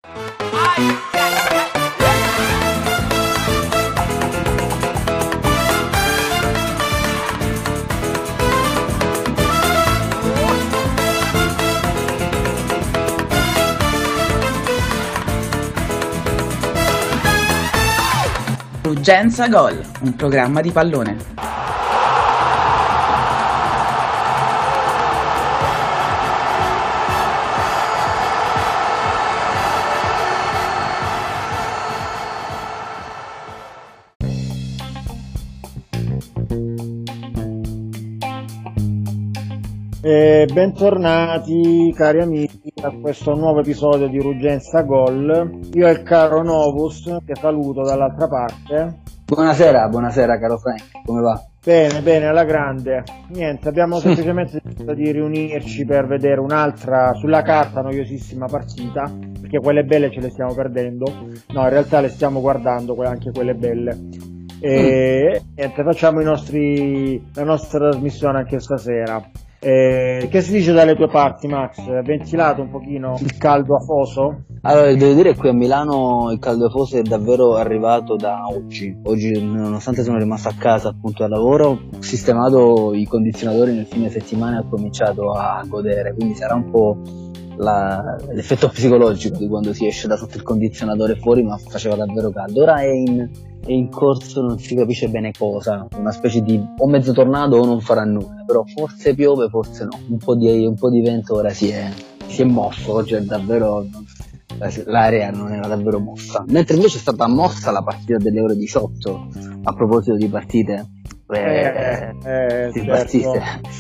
Urgenza Gol, un programma di pallone. Bentornati cari amici a questo nuovo episodio di Urgenza Gol. Io e il caro Novus che saluto dall'altra parte. Buonasera caro Frank, come va? Bene, alla grande. Niente, abbiamo semplicemente deciso di riunirci per vedere un'altra, sulla carta, noiosissima partita, perché quelle belle ce le stiamo perdendo. No, in realtà le stiamo guardando anche quelle belle. E niente, facciamo la nostra trasmissione anche stasera. Che si dice dalle tue parti, Max? Ventilato un pochino il caldo afoso? Allora, devo dire che qui a Milano il caldo afoso è davvero arrivato da oggi. Oggi, nonostante sono rimasto a casa appunto al lavoro, ho sistemato i condizionatori nel fine settimana e ho cominciato a godere, quindi sarà un po' l'effetto psicologico di quando si esce da sotto il condizionatore fuori, ma faceva davvero caldo. Ora è in corso, non si capisce bene cosa, una specie di o mezzo tornado o non farà nulla, però forse piove, forse no, un po' di vento ora si è mosso. Oggi è davvero, l'area non era davvero mossa, mentre invece è stata mossa la partita delle ore 18. A proposito di partite certo.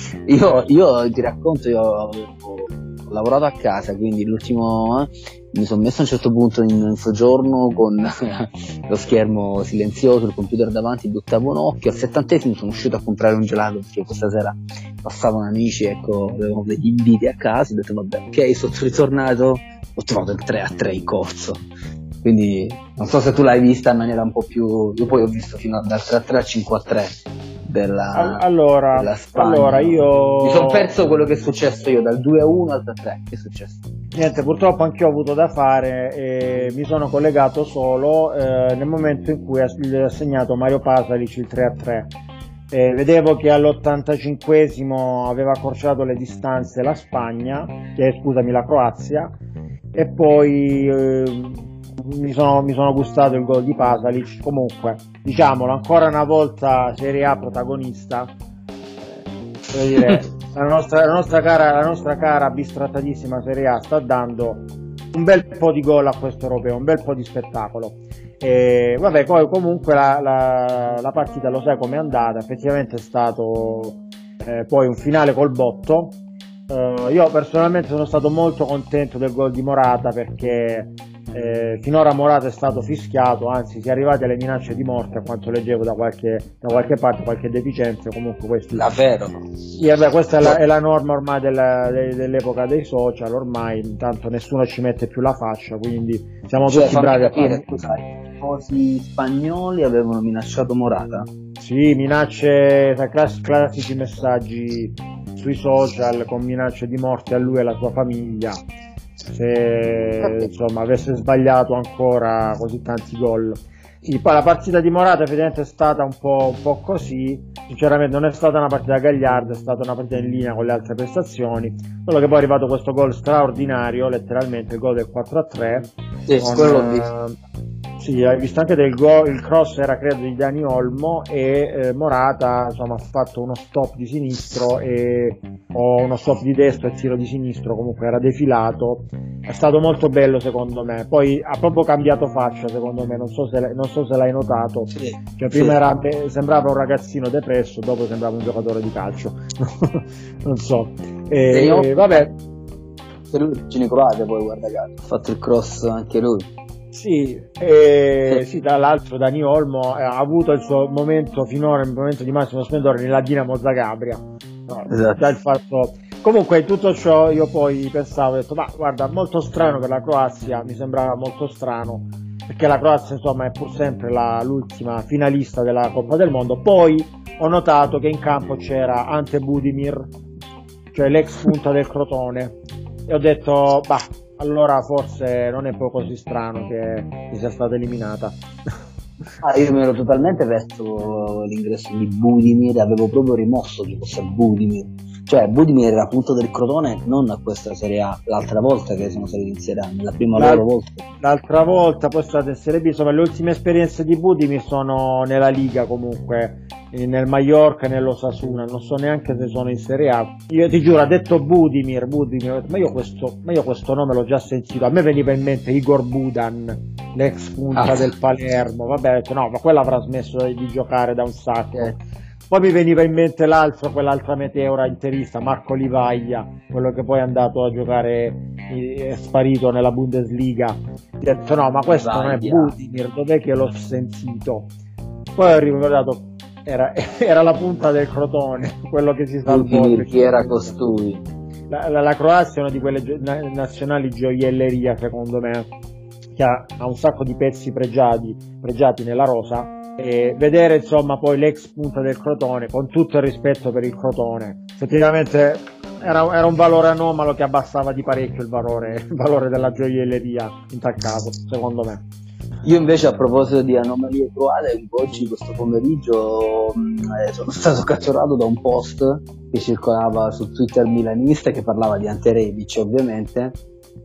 Io ti racconto, io ho lavorato a casa, quindi l'ultimo mi sono messo a un certo punto in soggiorno con lo schermo silenzioso, il computer davanti, buttavo un occhio. Al 70° sono uscito a comprare un gelato perché questa sera passavano amici, ecco, avevamo degli inviti a casa, ho detto vabbè, ok, sono ritornato, ho trovato il 3-3 in corso, quindi non so se tu l'hai vista in maniera un po' più, io poi ho visto fino dal 3-3 al 5-3 della Spagna. Allora io mi sono perso quello che è successo io dal 2-1 al 3-3. Che è successo? Niente, purtroppo anch'io ho avuto da fare e mi sono collegato solo nel momento in cui ha segnato Mario Pasalic il 3-3. Vedevo che all'85° aveva accorciato le distanze la Spagna, la Croazia, e poi mi sono gustato il gol di Pasalic. Comunque, diciamolo, ancora una volta Serie A protagonista. Voglio dire, la nostra cara bistrattatissima Serie A sta dando un bel po' di gol a questo europeo, un bel po' di spettacolo. E vabbè, poi comunque la partita lo sai com'è andata. Effettivamente è stato poi un finale col botto. Io personalmente sono stato molto contento del gol di Morata, perché finora Morata è stato fischiato, anzi si è arrivati alle minacce di morte, a quanto leggevo da qualche parte, qualche deficienza. Comunque davvero? Sì, vabbè, questa è la norma ormai dell'epoca dei social, ormai intanto nessuno ci mette più la faccia, quindi siamo tutti bravi a fare. I tifosi spagnoli avevano minacciato Morata? Sì, minacce, classici messaggi sui social con minacce di morte a lui e alla sua famiglia, se insomma avesse sbagliato ancora così tanti gol. Sì, poi la partita di Morata effettivamente è stata un po' così, sinceramente non è stata una partita gagliarda, è stata una partita in linea con le altre prestazioni, solo che poi è arrivato questo gol straordinario, letteralmente il gol del 4-3. Sì, quello l'ho visto. Sì, hai visto anche il cross era credo di Dani Olmo, e Morata insomma ha fatto uno stop di sinistro o uno stop di destro e tiro di sinistro, comunque era defilato. È stato molto bello secondo me, poi ha proprio cambiato faccia secondo me, non so se l'hai notato. Sì, cioè prima sembrava un ragazzino depresso, dopo sembrava un giocatore di calcio. Non so. Vabbè, per lui origine croata, poi guarda caso ha fatto il cross anche lui. Sì, dall'altro Dani Olmo ha avuto il suo momento finora, il momento di massimo splendore nella Dinamo Zagabria. No, esatto. Comunque in tutto ciò io poi pensavo, ho detto ma guarda, molto strano per la Croazia, mi sembrava molto strano, perché la Croazia insomma è pur sempre l'ultima finalista della Coppa del Mondo. Poi ho notato che in campo c'era Ante Budimir, cioè l'ex punta del Crotone, e ho detto bah, allora forse non è poi così strano che sia stata eliminata. Io mi ero totalmente perso l'ingresso di Budimir, avevo proprio rimosso chi fosse Budimir. Cioè Budimir era punto del Crotone non a questa Serie A, l'altra volta che sono saliti in Serie A, nella prima loro volta. L'altra volta poi è stata in Serie B, insomma le ultime esperienze di Budimir sono nella Liga comunque, nel Mallorca e nell'Osasuna, non so neanche se sono in Serie A. Io ti giuro, ha detto Budimir, ma io questo nome l'ho già sentito, a me veniva in mente Igor Budan, l'ex punta del Palermo, vabbè, ho detto, no, ma quella avrà smesso di giocare da un sacco. Poi mi veniva in mente quell'altra meteora interista, Marco Livaglia, quello che poi è andato a giocare, è sparito nella Bundesliga. Ho detto no, ma questo non è Budimir, dov'è che l'ho sentito? Poi ho ricordato, era la punta del Crotone, quello che si salvò. Chi era costui? La Croazia è una di quelle nazionali gioielleria, secondo me, che ha un sacco di pezzi pregiati nella rosa. E vedere insomma poi l'ex punta del Crotone, con tutto il rispetto per il Crotone, effettivamente era un valore anomalo che abbassava di parecchio il valore della gioielleria in tal caso, secondo me. Io invece, a proposito di anomalie croate, oggi questo pomeriggio sono stato catturato da un post che circolava su Twitter milanista, che parlava di Ante Rebic ovviamente,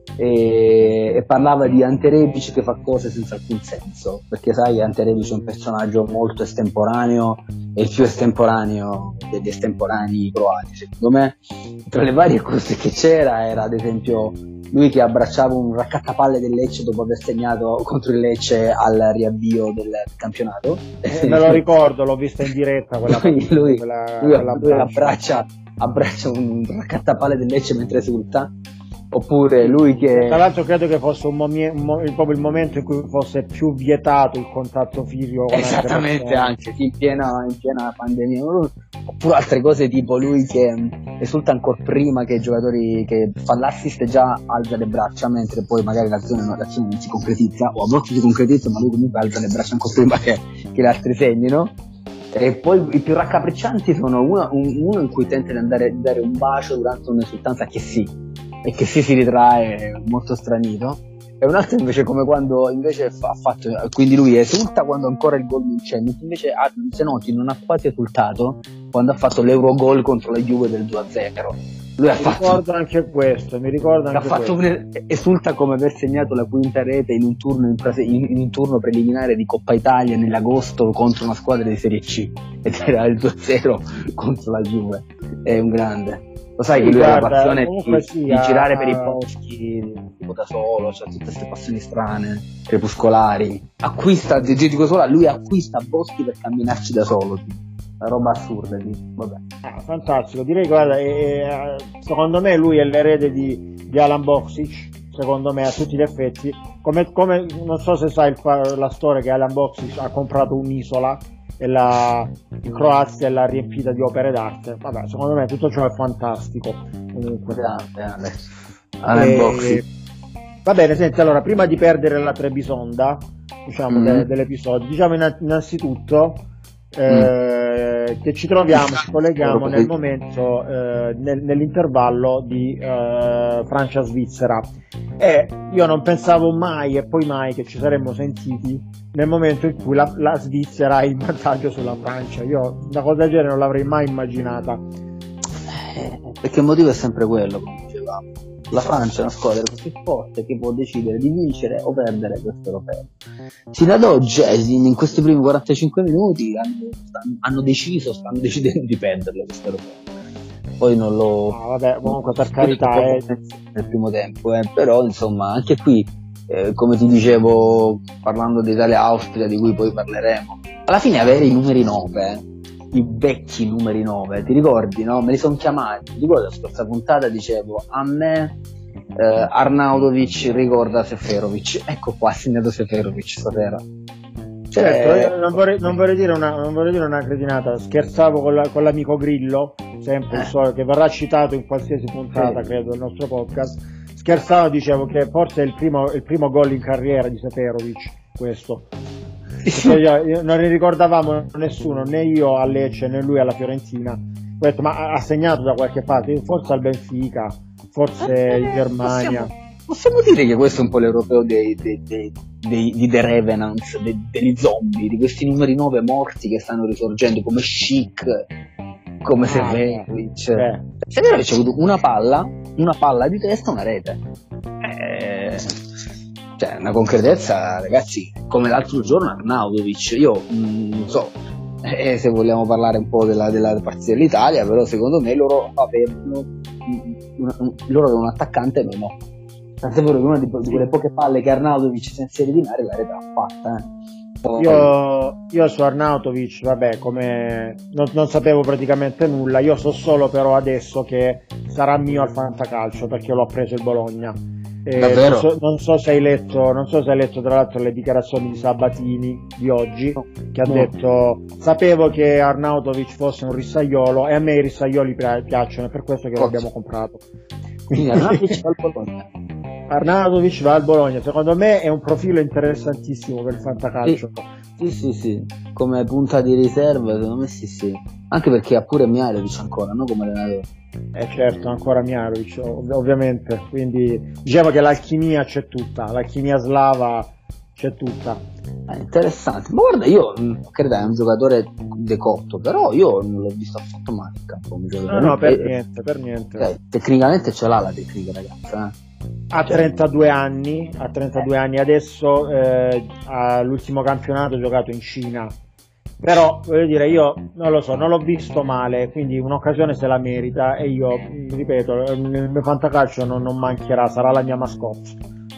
e parlava di Ante Rebic che fa cose senza alcun senso, perché sai, Ante Rebic è un personaggio molto estemporaneo, è il più estemporaneo degli estemporanei croati secondo me. Tra le varie cose che c'era era ad esempio lui che abbracciava un raccattapalle del Lecce dopo aver segnato contro il Lecce al riavvio del campionato. Me lo ricordo, l'ho vista in diretta quella lui abbraccia un raccattapalle del Lecce mentre esulta. Oppure lui che, tra l'altro, credo che fosse proprio il momento in cui fosse più vietato il contatto fisico con esattamente, anche in piena pandemia. Oppure altre cose tipo lui che esulta ancora prima che i giocatori, che fa l'assist e già alza le braccia, mentre poi magari l'azione non si concretizza, o a volte si concretizza ma lui comunque alza le braccia ancora prima che gli altri segnino. E poi i più raccapriccianti sono uno in cui tenta di dare un bacio durante un'esultanza che sì, e che si ritrae molto stranito, e un altro invece come quando invece ha fatto, quindi lui esulta quando ancora il gol non c'è, invece se noti non ha quasi esultato quando ha fatto l'Eurogol contro la Juve del 2-0. Lui mi ricordo anche questo. Esulta come aver segnato la quinta rete in un turno preliminare di Coppa Italia nell'agosto contro una squadra di Serie C, ed era il 2-0 contro la Juve. È un grande. Lo sai che lui ha la passione di girare per i boschi tipo da solo, cioè tutte queste passioni strane, crepuscolari. Ti dico solo, lui acquista boschi per camminarci da solo, una roba assurda, vabbè. Fantastico, direi che guarda, secondo me lui è l'erede di Alan Boksic, secondo me a tutti gli effetti, come non so se sai la storia che Alan Boksic ha comprato un'isola e in Croazia l'ha riempita di opere d'arte. Vabbè, secondo me tutto ciò è fantastico comunque. Va bene, senti, allora prima di perdere la Trebisonda, diciamo, dell'episodio, diciamo innanzitutto che ci colleghiamo nel momento nell'intervallo di Francia-Svizzera, e io non pensavo mai e poi mai che ci saremmo sentiti nel momento in cui la Svizzera ha il vantaggio sulla Francia. Io una cosa del genere non l'avrei mai immaginata, perché il motivo è sempre quello, come dicevamo. La Francia è una squadra così forte che può decidere di vincere o perdere questo europeo. Sino ad oggi, in questi primi 45 minuti, stanno decidendo di perderlo questo europeo. Poi non lo... vabbè, comunque per carità nel primo tempo, però insomma anche qui, come ti dicevo parlando di Italia-Austria, di cui poi parleremo, alla fine avere i numeri 9, i vecchi numeri 9, ti ricordi, no? Me li sono chiamati, ti ricordo la scorsa puntata dicevo a me Arnautovic ricorda Seferovic, ecco qua, ha segnato Seferovic stasera. Certo, non vorrei dire una cretinata, scherzavo con l'amico Grillo, sempre che verrà citato in qualsiasi puntata, credo, del nostro podcast. Scherzavo, dicevo che forse è il primo gol in carriera di Seferovic, questo. Io non ne ricordavamo nessuno, né io a Lecce né lui alla Fiorentina. Ho detto, ma ha segnato da qualche parte, forse al Benfica, forse in Germania. possiamo dire che questo è un po' l'europeo di The Revenants, degli zombie, di questi numeri 9 morti che stanno risorgendo come Chic, come Severovic. Severovic ha avuto una palla di testa, una rete. Cioè, una concretezza, ragazzi, come l'altro giorno Arnautovic. Io non so se vogliamo parlare un po' della partita dell'Italia, però secondo me loro avevano un attaccante meno. Tant'è vero che una di quelle poche palle che Arnautovic senza eliminare la rete l'ha fatta. Io su Arnautovic, vabbè, come non sapevo praticamente nulla. Io so solo però adesso che sarà mio al fantacalcio perché l'ho preso il Bologna. Non so se hai letto tra l'altro le dichiarazioni di Sabatini di oggi, che ha detto: sapevo che Arnautovic fosse un rissaiolo e a me i rissaioli piacciono, è per questo che l'abbiamo comprato. Quindi Arnautovic va al Bologna. Arnautovic va al Bologna, secondo me è un profilo interessantissimo per il fantacalcio. Sì, come punta di riserva, secondo me sì. Anche perché ha pure Mihajlovic ancora, no? Come allenatore. Certo, ancora Mihajlovic, ovviamente. Quindi diciamo che l'alchimia c'è tutta, l'alchimia slava c'è tutta. Interessante. Ma guarda, io credo è un giocatore decotto, però io non l'ho visto affatto male in campo. No, per niente. Tecnicamente ce l'ha la tecnica, ragazza. Ha 32 anni adesso, all'ultimo campionato ha giocato in Cina, però voglio dire, io non lo so, non l'ho visto male, quindi un'occasione se la merita e io ripeto, il mio fantacalcio non mancherà, sarà la mia mascotte.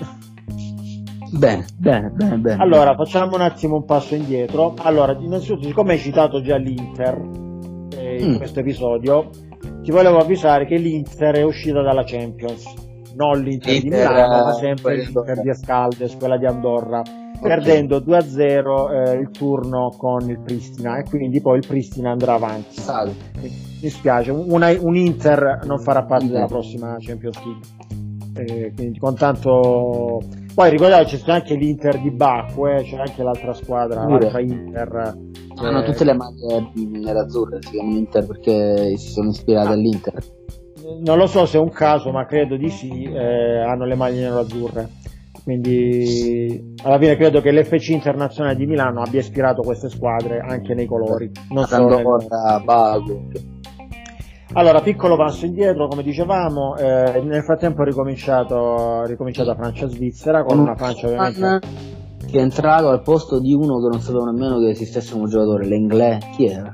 Bene. Allora facciamo un attimo un passo indietro. Allora, innanzitutto, siccome hai citato già l'Inter in questo episodio, ti volevo avvisare che l'Inter è uscita dalla Champions. Non l'Inter di Milano, ma sempre l'Inter di Escaldes, quella di Andorra, perdendo 2-0 il turno con il Pristina, e quindi poi il Pristina andrà avanti. Mi spiace, un Inter non farà parte della prossima Champions League, quindi con tanto. Poi ricordatevi, c'è anche l'Inter di Baku, c'è anche l'altra squadra, l'altra Inter. Hanno tutte le maglie nerazzurre, si chiamano Inter perché si sono ispirate all'Inter. Non lo so se è un caso, ma credo di sì, hanno le maglie nero-azzurre, quindi alla fine credo che l'FC Internazionale di Milano abbia ispirato queste squadre anche nei colori, non solo Allora, piccolo passo indietro, come dicevamo, nel frattempo è ricominciata Francia-Svizzera, con una Francia ovviamente che è entrato al posto di uno che non sapevo nemmeno che esistesse come giocatore, l'Inglés. Chi era?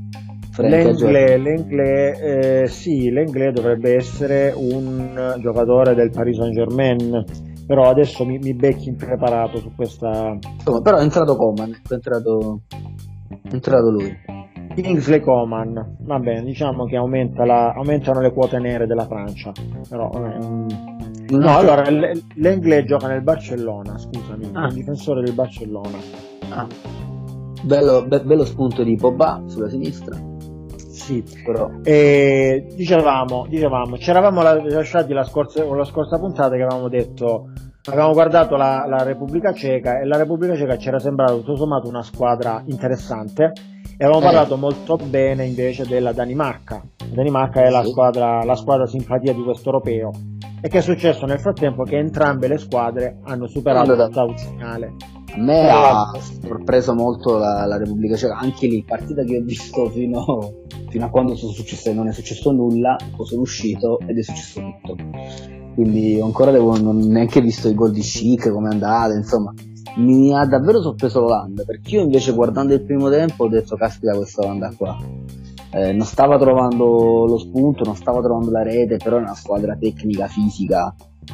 L'Inglés dovrebbe essere un giocatore del Paris Saint-Germain, però adesso mi becchi impreparato su questa. Però è entrato Coman, è entrato lui. Kingsley Coman, va bene, diciamo che aumentano le quote nere della Francia, però allora l'Inglés gioca nel Barcellona, scusami, è un difensore del Barcellona. Bello spunto di Pogba sulla sinistra. Sì, però. Dicevamo, ci eravamo lasciati la scorsa puntata che avevamo detto, avevamo guardato la Repubblica Ceca, e la Repubblica Ceca ci era sembrata tutto sommato una squadra interessante, e avevamo parlato molto bene invece della Danimarca. La Danimarca è la squadra simpatia di questo europeo. E che è successo nel frattempo? Che entrambe le squadre hanno superato l'ottavo finale. A me ha sorpreso molto la Repubblica Ceca, anche lì partita che ho visto fino a quando non è successo nulla, poi sono uscito ed è successo tutto. Quindi ancora non ho neanche visto i gol di Chic, come è andata, insomma. Mi ha davvero sorpreso l'Olanda, perché io invece guardando il primo tempo ho detto caspita, questa Olanda qua non stava trovando lo spunto, non stava trovando la rete, però è una squadra tecnica, fisica,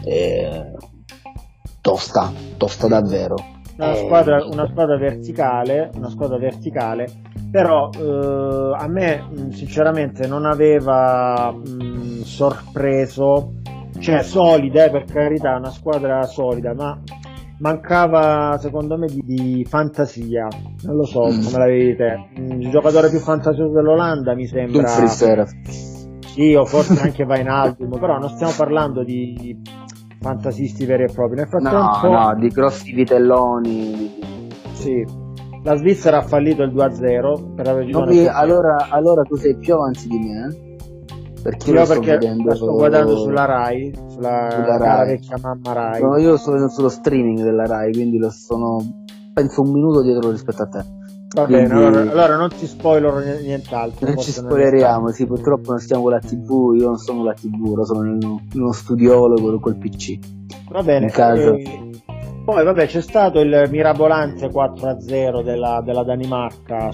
tosta davvero. Una squadra verticale, però a me sinceramente non aveva sorpreso, cioè solida, per carità, una squadra solida, ma mancava secondo me di fantasia, non lo so come la vedi te. Il giocatore più fantasioso dell'Olanda mi sembra sì, o forse anche Wijnaldum, però non stiamo parlando di fantasisti veri e propri. Nel frattempo di grossi vitelloni. Sì, la Svizzera ha fallito il 2-0 per aver giocato. Allora tu sei più avanti di me, perché Io lo sto perché vedendo la sto guardando sulla Rai, sulla cara Rai. vecchia mamma Rai. No, io sono sullo streaming della Rai, quindi lo sono, penso, un minuto dietro rispetto a te. Va Quindi, bene, allora non ti spoilerò nient'altro. non ci spoileriamo, sì, purtroppo non stiamo con la TV, io non sono con la TV, lo sono in uno studiolo col PC. Va bene, in caso. Poi vabbè, c'è stato il mirabolante 4-0 della Danimarca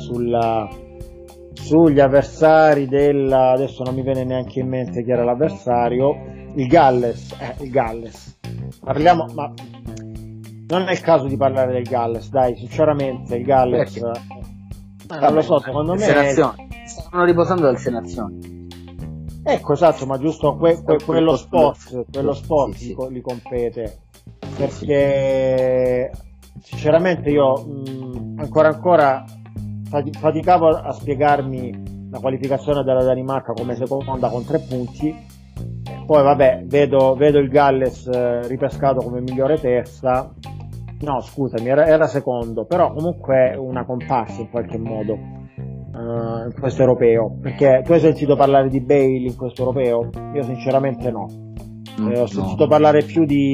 sugli avversari adesso non mi viene neanche in mente chi era l'avversario, il Galles. Parliamo, ma non è il caso di parlare del Galles, dai, sinceramente il Galles non lo so, secondo me stanno riposando dal Sei Nazioni. Ecco, esatto, ma giusto quello sport sì. Li compete, perché sinceramente io ancora faticavo a spiegarmi la qualificazione della Danimarca come seconda con 3 punti. Poi vabbè, vedo il Galles ripescato come migliore terza. No, scusami, era secondo, però comunque una comparsa in qualche modo in questo europeo, perché tu hai sentito parlare di Bale in questo europeo? Io sinceramente no. Ho sentito parlare più di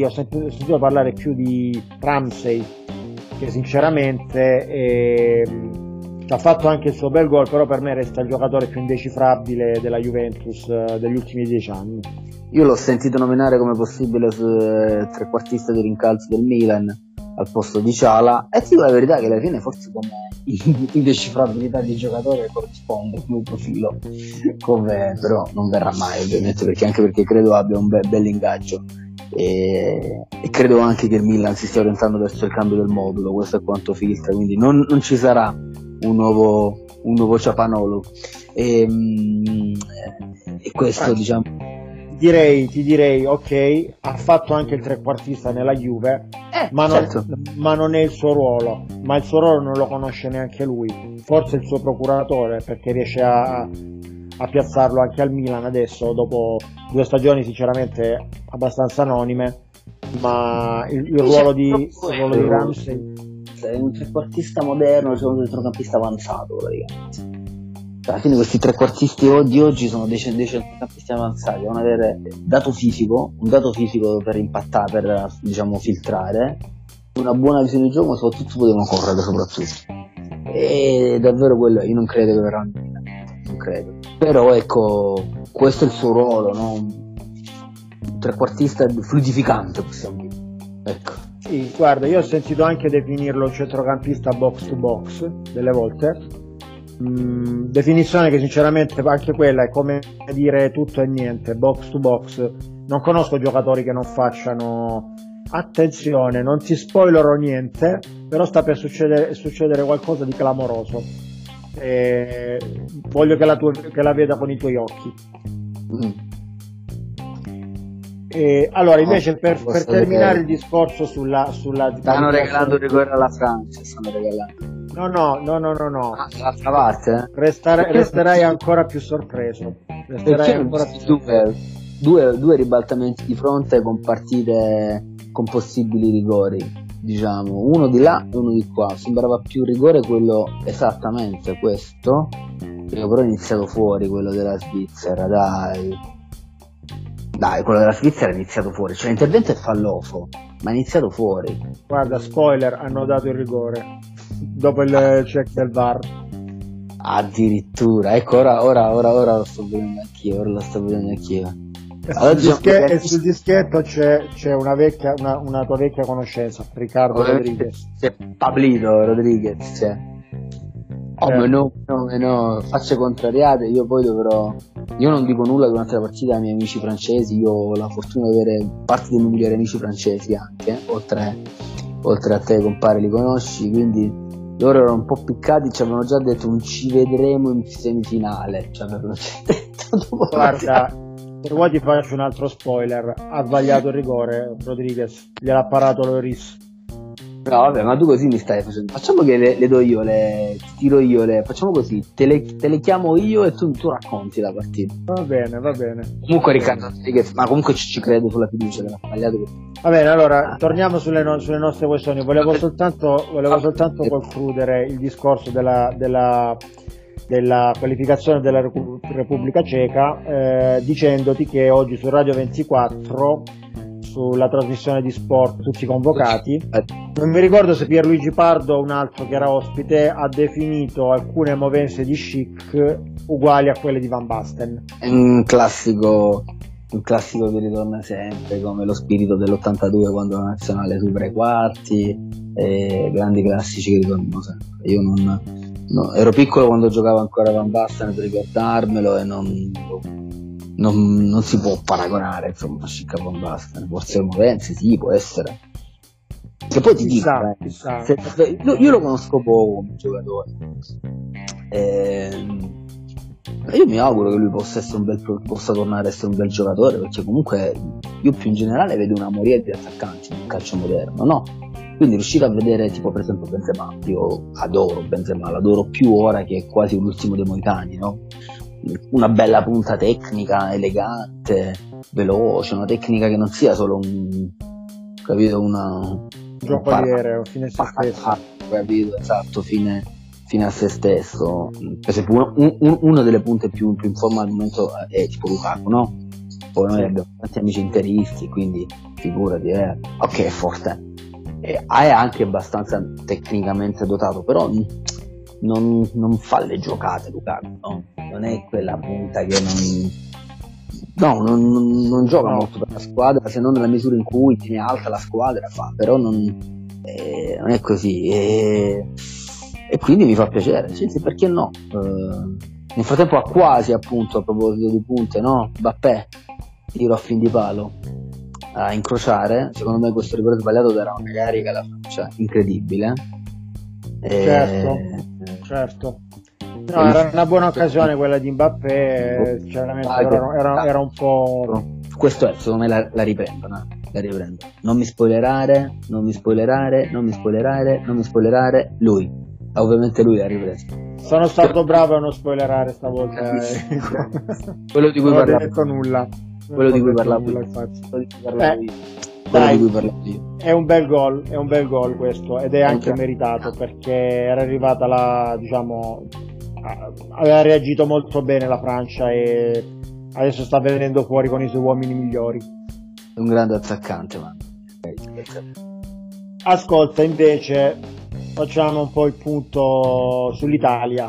Ramsey, che sinceramente ha fatto anche il suo bel gol, però per me resta il giocatore più indecifrabile della Juventus degli ultimi 10 anni. Io l'ho sentito nominare come possibile trequartista di rincalzo del Milan al posto di Ciala, e ti dico la verità che alla fine forse come indecifrabilità di giocatore corrisponde come profilo, però non verrà mai ovviamente, anche perché credo abbia un bel ingaggio e credo anche che il Milan si stia orientando verso il cambio del modulo, questo è quanto filtra, quindi non ci sarà un nuovo Ciapanolo e questo diciamo. Ti direi, ok, ha fatto anche il trequartista nella Juve, ma non è il suo ruolo, ma il suo ruolo non lo conosce neanche lui, forse il suo procuratore, perché riesce a piazzarlo anche al Milan adesso, dopo 2 stagioni sinceramente abbastanza anonime, ma il ruolo di Ramsey è un trequartista moderno, cioè un centrocampista avanzato praticamente. Alla fine questi trequartisti di oggi sono dei centrocampisti avanzati, devono avere un dato fisico per impattare, per diciamo filtrare, una buona visione di gioco, ma soprattutto potevano correre soprattutto. E davvero quello io non credo che verranno, non credo. Però ecco, questo è il suo ruolo, no? Un trequartista fluidificante, possiamo dire. Ecco. Sì, guarda, io ho sentito anche definirlo centrocampista box to box delle volte. Definizione che sinceramente anche quella è come dire tutto e niente, box to box. Non conosco giocatori che non facciano, attenzione, non ti spoilerò niente, però sta per succedere qualcosa di clamoroso, voglio che la veda con i tuoi occhi. Allora invece per terminare il discorso sulla stanno regalando rigore alla Francia, No. Dall'altra parte, resterai ancora più sorpreso. Due ribaltamenti di fronte con partite con possibili rigori, diciamo, uno di là e uno di qua. Sembrava più rigore quello, esattamente questo, che però è iniziato fuori, quello della Svizzera, dai, quello della Svizzera è iniziato fuori, cioè l'intervento è falloso, ma è iniziato fuori. Guarda, spoiler, hanno dato il rigore dopo il check del VAR. Addirittura, ecco, ora lo sto vedendo anch'io, E sul dischetto c'è una tua vecchia conoscenza, Riccardo Rodriguez. C'è Pablito Rodriguez, c'è. No, facce contrariate, io non dico nulla durante la partita ai miei amici francesi, io ho la fortuna di avere parte dei miei migliori amici francesi anche, oltre a te compare li conosci, quindi loro erano un po' piccati, ci avevano già detto un ci vedremo in semifinale, ci avevano già detto dopo. Guarda, se vuoi ti faccio un altro spoiler, ha sbagliato il rigore Rodriguez, gliel'ha parato Loris. No vabbè, ma tu così mi stai facendo, facciamo che le do io, tiro io, facciamo così, te le chiamo io e tu racconti la partita. Va bene. Comunque Riccardo, ma comunque ci credo sulla fiducia che l'ha sbagliato. Va bene, allora torniamo sulle nostre questioni. Volevo soltanto concludere il discorso della della qualificazione della Repubblica Ceca, dicendoti che oggi su Radio 24, sulla trasmissione di sport, tutti convocati, non mi ricordo se Pierluigi Pardo o un altro che era ospite, ha definito alcune movenze di Schick uguali a quelle di Van Basten. È un classico che ritorna sempre, come lo spirito dell'82 quando la nazionale supera i quarti, grandi classici che ritornano sempre. Io ero piccolo quando giocava ancora Van Basten per ricordarmelo, e non si può paragonare, insomma, Schick a Van Basten. Forse movenze, sì, può essere. Che poi ti dico, io lo conosco poco come giocatore, io mi auguro che lui possa tornare a essere un bel giocatore, perché comunque io più in generale vedo una miriade di attaccanti nel calcio moderno, no? Quindi riuscire a vedere, tipo per esempio Benzema, io adoro Benzema, l'adoro più ora che è quasi l'ultimo dei moicani, no? Una bella punta tecnica, elegante, veloce, una tecnica che non sia solo un gioco aereo, fine a se stesso, capito? Esatto, fine a se stesso. Per esempio una delle punte più in forma al momento è tipo Lukaku, no? Poi noi abbiamo tanti amici interisti, quindi figurati, ok, è forte, è anche abbastanza tecnicamente dotato, però non fa le giocate Lukaku, no? Non è quella punta che non gioca molto per la squadra, se non nella misura in cui tiene alta la squadra, però non è così, e quindi mi fa piacere, sì, perché no? Nel frattempo ha quasi, appunto, a proposito di punte, no? Mbappé, tiro a fin di palo a incrociare, secondo me questo rigore sbagliato darà una carica alla Francia incredibile. Certo. No, era una buona occasione quella di Mbappé, chiaramente era un po'... Questo è, secondo me la riprendo. Non mi spoilerare, lui. Ovviamente lui l'ha ripreso. Sono stato bravo a non spoilerare stavolta. Quello di cui non parlavo. Non ho detto nulla. Quello di cui parlavo io. È un bel gol questo, ed è anche meritato, perché era arrivata aveva reagito molto bene la Francia e adesso sta venendo fuori con i suoi uomini migliori. È un grande attaccante, ma ascolta, invece facciamo un po' il punto sull'Italia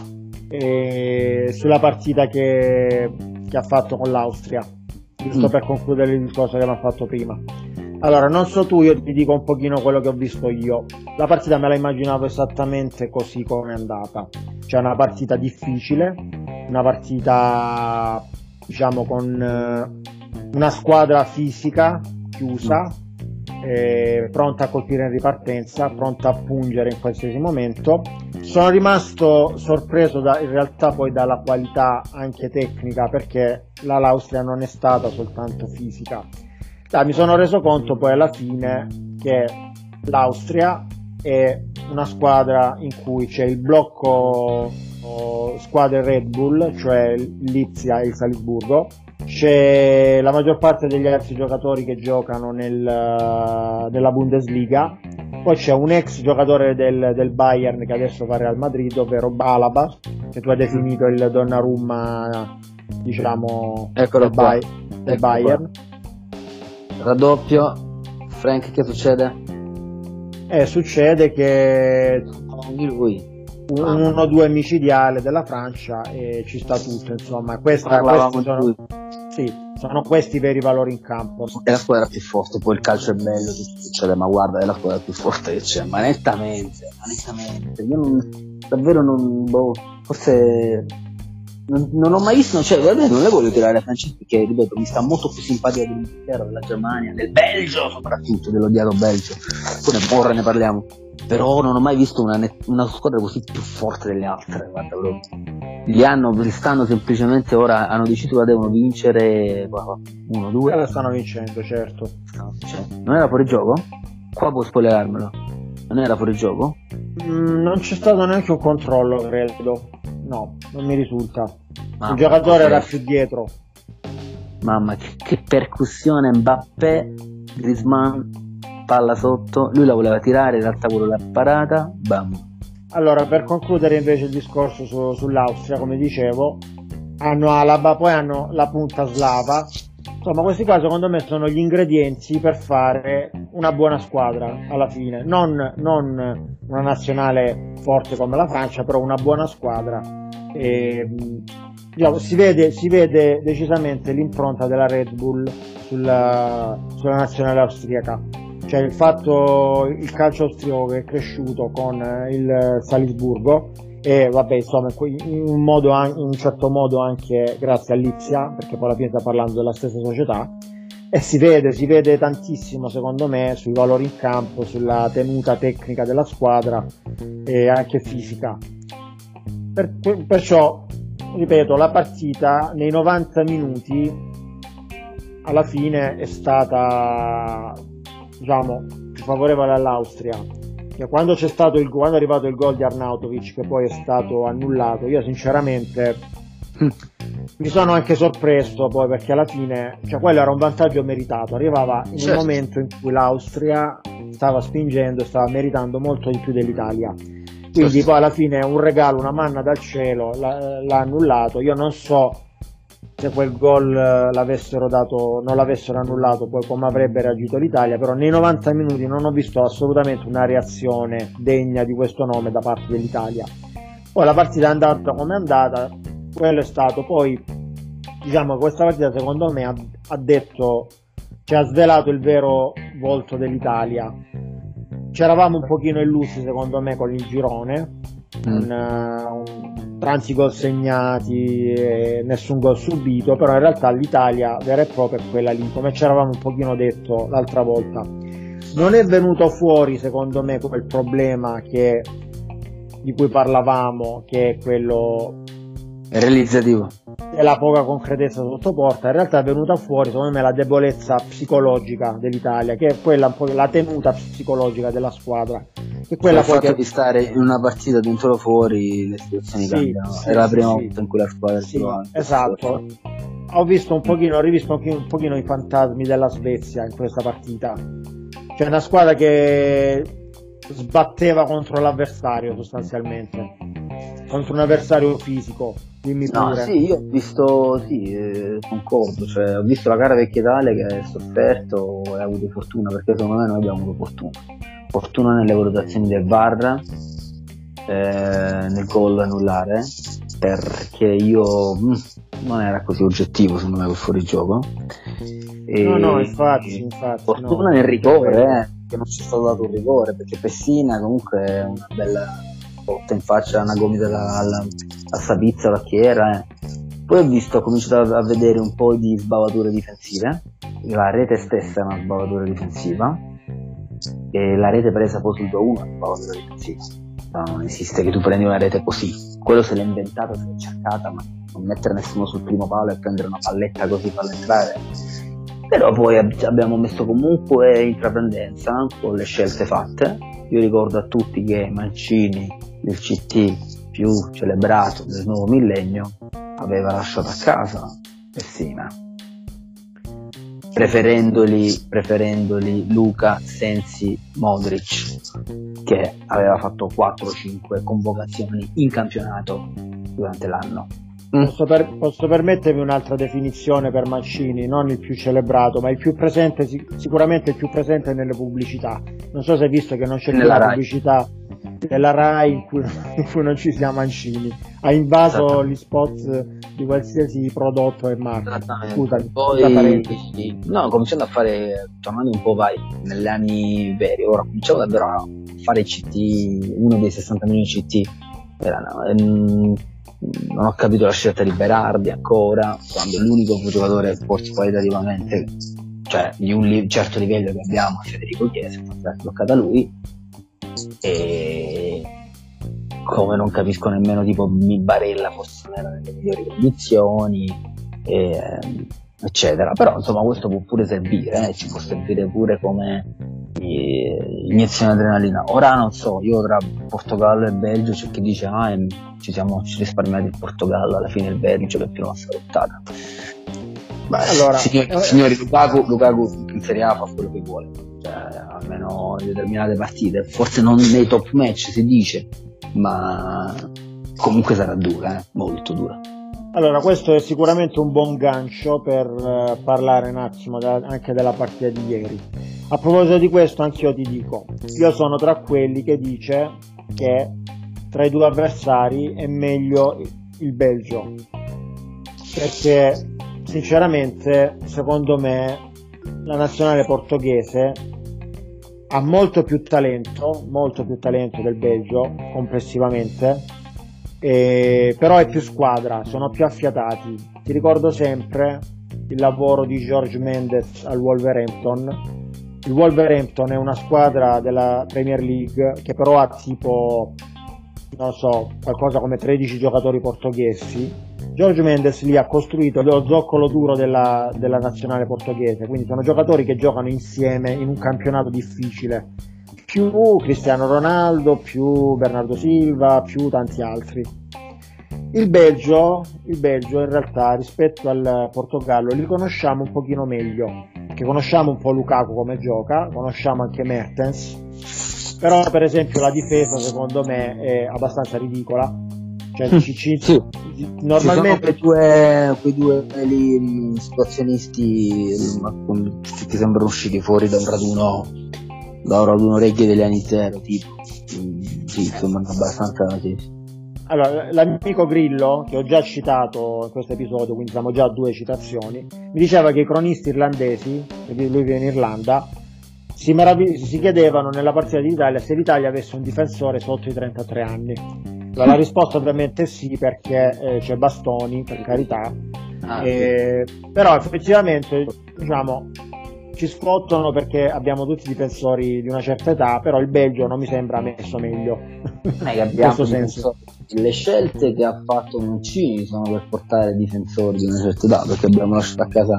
e sulla partita che ha fatto con l'Austria, giusto per concludere il discorso che mi ha fatto prima. Allora, non so tu, io ti dico un pochino quello che ho visto io. La partita me la immaginavo esattamente così come è andata, cioè una partita difficile, una partita con una squadra fisica chiusa, pronta a colpire in ripartenza, pronta a pungere in qualsiasi momento. Sono rimasto sorpreso in realtà poi dalla qualità anche tecnica, perché l'Austria non è stata soltanto fisica. Mi sono reso conto poi alla fine che l'Austria è una squadra in cui c'è il blocco squadre Red Bull, cioè il Lipsia e il Salisburgo, c'è la maggior parte degli altri giocatori che giocano nella Bundesliga, poi c'è un ex giocatore del Bayern che adesso fa Real Madrid, ovvero Balaba, che tu hai definito il Donnarumma, del Bayern. Raddoppio, Frank, che succede? Succede che lui 1-2 micidiale della Francia, e ci sta tutto, insomma. Sono questi i veri valori in campo. È la squadra più forte, poi il calcio è bello, tutto succede, ma guarda, è la squadra più forte che c'è, ma nettamente, io forse non ho mai visto, non le voglio tirare a Francesco, perché ripeto, mi sta molto più simpatica dell'Inghilterra, della Germania, del Belgio soprattutto, dell'odiato Belgio, pure ora ne parliamo, però non ho mai visto una squadra così più forte delle altre, guarda, proprio. Li stanno semplicemente, ora hanno deciso che devono vincere 1-2. La stanno vincendo, certo. Non era fuori gioco? Qua può spoilerarmelo. Non era fuori gioco? Non c'è stato neanche un controllo, credo. No, non mi risulta. Il giocatore era più dietro. Mamma, che percussione. Mbappé, Griezmann, palla sotto, lui la voleva tirare, in realtà quello l'ha parata, bam. Allora, per concludere invece il discorso sull'Austria, come dicevo, hanno Alaba, poi hanno la punta slava. Insomma, questi qua secondo me sono gli ingredienti per fare una buona squadra alla fine, non una nazionale forte come la Francia, però una buona squadra. Diciamo, si vede decisamente l'impronta della Red Bull sulla nazionale austriaca. Cioè il calcio austriaco che è cresciuto con il Salisburgo e vabbè, insomma, in un certo modo anche grazie all'Ipsia, perché poi alla fine sta parlando della stessa società, e si vede tantissimo secondo me sui valori in campo, sulla tenuta tecnica della squadra e anche fisica. Perciò ripeto, la partita nei 90 minuti alla fine è stata, diciamo, più favorevole all'Austria. Quando è arrivato il gol di Arnautovic, che poi è stato annullato, io sinceramente mi sono anche sorpreso poi, perché alla fine, cioè, quello era un vantaggio meritato, arrivava in un momento in cui l'Austria stava spingendo e stava meritando molto di più dell'Italia, quindi poi alla fine un regalo, una manna dal cielo, l'ha annullato. Io non so se quel gol non l'avessero annullato, poi come avrebbe reagito l'Italia, però nei 90 minuti non ho visto assolutamente una reazione degna di questo nome da parte dell'Italia. Poi la partita è andata come è andata, quello è stato poi, diciamo che questa partita secondo me ha svelato il vero volto dell'Italia. C'eravamo un pochino illusi secondo me con il girone, tanti gol segnati e nessun gol subito, però in realtà l'Italia vera e propria è quella lì, come ci eravamo un pochino detto l'altra volta. Non è venuto fuori secondo me quel problema di cui parlavamo, che è quello realizzativo e la poca concretezza sotto porta. In realtà è venuta fuori secondo me la debolezza psicologica dell'Italia, che è quella un po' la tenuta psicologica della squadra, che è quella il fatto di stare in una partita dentro o fuori le situazioni cambiano. Era la prima volta in cui la squadra si trovava. Esatto. Ho rivisto un pochino i fantasmi della Svezia in questa partita. C'è una squadra che sbatteva contro l'avversario, sostanzialmente, contro un avversario fisico. Dimmi pure. No, sì, io ho visto, concordo, cioè ho visto la cara vecchia Italia che ha sofferto e ha avuto fortuna, perché secondo me noi abbiamo avuto fortuna nelle valutazioni del VAR, nel gol annullare, perché non era così oggettivo secondo me quel fuorigioco. No, infatti fortuna nel rigore, che non c'è stato dato un rigore, perché Pessina comunque è una bella botta in faccia, una gomitata a Sapizzola che era. Poi ho cominciato a vedere un po' di sbavature difensive, la rete stessa è una sbavatura difensiva e la rete presa poi sul 2-1 è una sbavatura difensiva. Non esiste che tu prendi una rete così, quello se l'è inventata, se l'è cercata, ma non mettere nessuno sul primo palo e prendere una palletta così farla entrare. Però poi abbiamo messo comunque intraprendenza con le scelte fatte. Io ricordo a tutti che Mancini, il CT più celebrato del nuovo millennio, aveva lasciato a casa Pessina, preferendoli Luka, Sensi, Modric, che aveva fatto 4-5 convocazioni in campionato durante l'anno. Posso permettermi un'altra definizione per Mancini, non il più celebrato, ma il più presente, sicuramente il più presente nelle pubblicità. Non so se hai visto che non c'è più la pubblicità della Rai in cui non ci sia Mancini. Ha invaso gli spot di qualsiasi prodotto e marca. Scusami, cominciando a fare, tornando un po' negli anni veri, ora cominciamo davvero a fare CT, uno dei 60 milioni CT non ho capito la scelta di Berardi ancora, quando l'unico giocatore forse qualitativamente, cioè di un certo livello che abbiamo, Federico Chiesa, è bloccata lui. E come non capisco nemmeno tipo Barella forse non era nelle migliori condizioni, eccetera. Però insomma questo può pure servire, ci può servire pure come iniezione di adrenalina. Ora non so, io tra Portogallo e Belgio c'è chi dice ci risparmiati il Portogallo, alla fine il Belgio che più non si è lottata. Allora, signori, Lukaku in Serie A fa quello che vuole, cioè, almeno in determinate partite, forse non nei top match si dice, ma comunque sarà dura, molto dura. Allora, questo è sicuramente un buon gancio per parlare un attimo anche della partita di ieri. A proposito di questo, anch'io ti dico, io sono tra quelli che dice che tra i due avversari è meglio il Belgio, perché sinceramente secondo me la nazionale portoghese ha molto più talento del Belgio complessivamente, però è più squadra, sono più affiatati. Ti ricordo sempre il lavoro di Jorge Mendes al Wolverhampton. Il Wolverhampton è una squadra della Premier League che però ha tipo, non so, qualcosa come 13 giocatori portoghesi. Jorge Mendes lì ha costruito lo zoccolo duro della nazionale portoghese, quindi sono giocatori che giocano insieme in un campionato difficile, più Cristiano Ronaldo, più Bernardo Silva, più tanti altri. Il Belgio in realtà rispetto al Portogallo li conosciamo un pochino meglio, perché conosciamo un po' Lukaku come gioca, conosciamo anche Mertens, però per esempio la difesa secondo me è abbastanza ridicola, cioè normalmente quei due lì situazionisti che sembrano usciti fuori da un raduno reggae degli anni zero, tipo sì, insomma abbastanza sì. Allora, l'amico Grillo, che ho già citato in questo episodio, quindi siamo già a 2 citazioni, mi diceva che i cronisti irlandesi, perché lui vive in Irlanda, si chiedevano nella partita d'Italia se l'Italia avesse un difensore sotto i 33 anni. La risposta ovviamente è sì, perché c'è Bastoni, per carità, però effettivamente diciamo ci sfottono perché abbiamo tutti difensori di una certa età, però il Belgio non mi sembra messo meglio in questo senso. Le scelte che ha fatto Mancini sono per portare difensori di una certa età, perché abbiamo lasciato a casa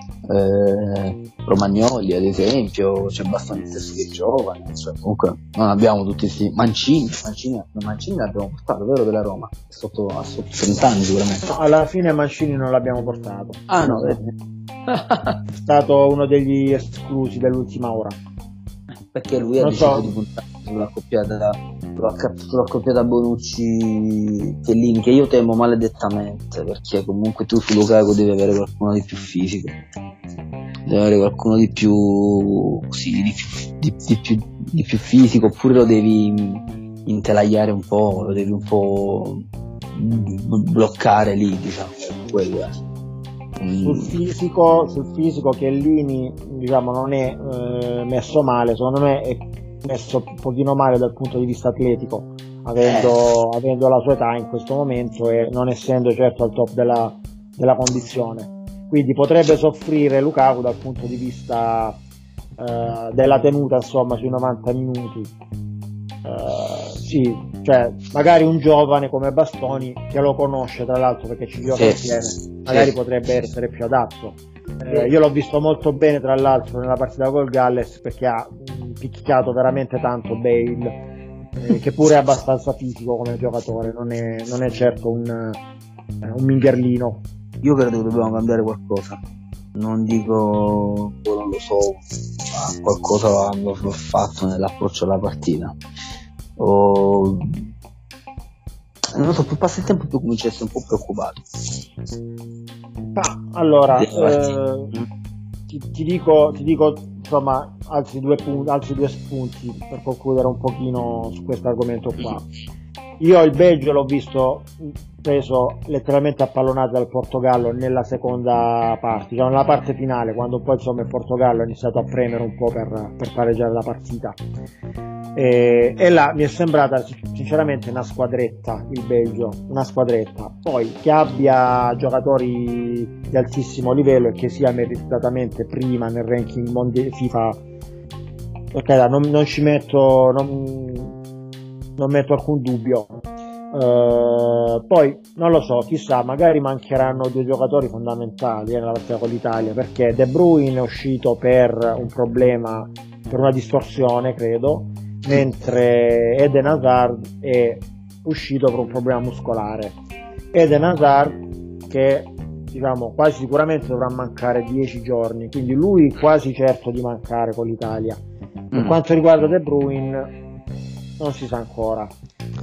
Romagnoli ad esempio, c'è Bastoni stesso che è giovane, cioè, comunque non abbiamo tutti questi Mancini l'abbiamo portato, vero, della Roma sotto 30 anni sicuramente. No, alla fine Mancini non l'abbiamo portato, no, è stato uno degli esclusi dell'ultima ora, perché lui ha deciso di puntare sulla accoppiata Bonucci-Chiellini, che io temo maledettamente, perché comunque tu su Lukaku devi avere qualcuno di più fisico, devi avere qualcuno di più di più fisico, oppure lo devi intelagliare un po', lo devi un po' bloccare lì, diciamo, quello è. Sul fisico Chiellini diciamo non è messo male, secondo me è messo un pochino male dal punto di vista atletico, avendo la sua età in questo momento e non essendo certo al top della condizione, quindi potrebbe soffrire Lukaku dal punto di vista della tenuta, insomma, sui 90 minuti. Sì, cioè magari un giovane come Bastoni, che lo conosce tra l'altro perché ci gioca insieme, magari potrebbe essere più adatto. Io l'ho visto molto bene tra l'altro nella partita col Galles, perché ha picchiato veramente tanto Bale, che pure è abbastanza fisico come giocatore, non è certo un mingherlino. Io credo che dobbiamo cambiare qualcosa, non dico, non lo so, ma qualcosa hanno fatto nell'approccio alla partita, non so, più passa il tempo più comincio a essere un po' preoccupato. Allora ti dico insomma altri due spunti per concludere un pochino su questo argomento qua. Io il Belgio l'ho visto preso letteralmente a pallonate dal Portogallo nella seconda parte, cioè nella parte finale, quando poi insomma il Portogallo ha iniziato a premere un po' per pareggiare la partita, e là mi è sembrata sinceramente una squadretta il Belgio, una squadretta. Poi che abbia giocatori di altissimo livello e che sia meritatamente prima nel ranking FIFA, ok, non ci metto non metto alcun dubbio. Poi non lo so, chissà, magari mancheranno 2 giocatori fondamentali nella partita con l'Italia, perché De Bruyne è uscito per un problema, per una distorsione credo, mentre Eden Hazard è uscito per un problema muscolare. Eden Hazard che diciamo quasi sicuramente dovrà mancare 10 giorni, quindi lui quasi certo di mancare con l'Italia. Per quanto riguarda De Bruyne non si sa ancora.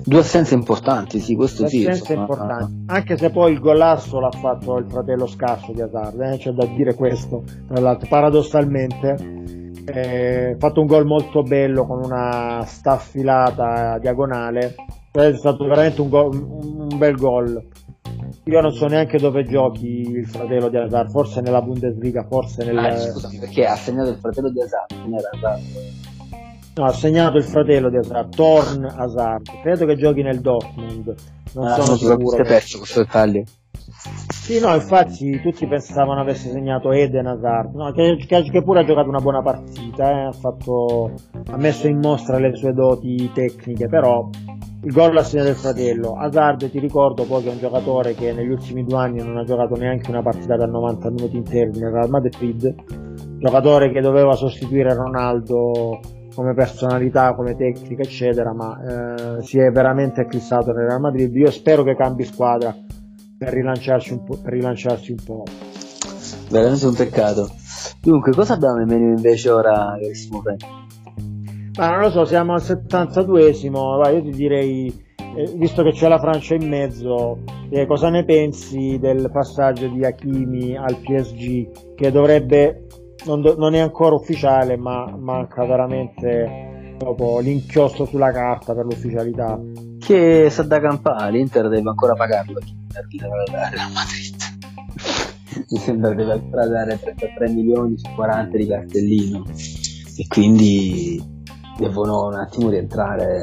Due assenze importanti, sì, questo sì. Assenze importanti, anche se poi il golasso l'ha fatto il fratello scarso di Hazard, c'è da dire questo, tra l'altro, paradossalmente. Ha fatto un gol molto bello con una staffilata diagonale, è stato veramente un bel gol. Io non so neanche dove giochi il fratello di Hazard, forse nella Bundesliga, forse scusami, perché ha segnato il fratello di Hazard, non era Hazard. No, ha segnato il fratello di Hazard, Thorn Hazard, credo che giochi nel Dortmund, non sono sicuro. Si è perso questo dettaglio. Sì, no, infatti tutti pensavano avesse segnato Eden Hazard, no, che pure ha giocato una buona partita, ha messo in mostra le sue doti tecniche, però il gol l'ha segnato il fratello. Hazard, ti ricordo poi che è un giocatore che negli ultimi 2 anni non ha giocato neanche una partita da 90 minuti interi nel Real Madrid, giocatore che doveva sostituire Ronaldo come personalità, come tecnica eccetera, ma si è veramente eclissato nel Real Madrid. Io spero che cambi squadra per rilanciarsi un po'. Veramente un peccato. Dunque, cosa abbiamo in menu invece ora, carissimo Frank? Ma non lo so, siamo al 72esimo, io ti direi, visto che c'è la Francia in mezzo, cosa ne pensi del passaggio di Hakimi al PSG, che dovrebbe, non è ancora ufficiale, ma manca veramente dopo l'inchiostro sulla carta per l'ufficialità. Che sa da campare, l'Inter deve ancora pagarlo a Madrid. Mi sembra che deve ancora dare 33 milioni su 40 di cartellino e quindi devono un attimo rientrare.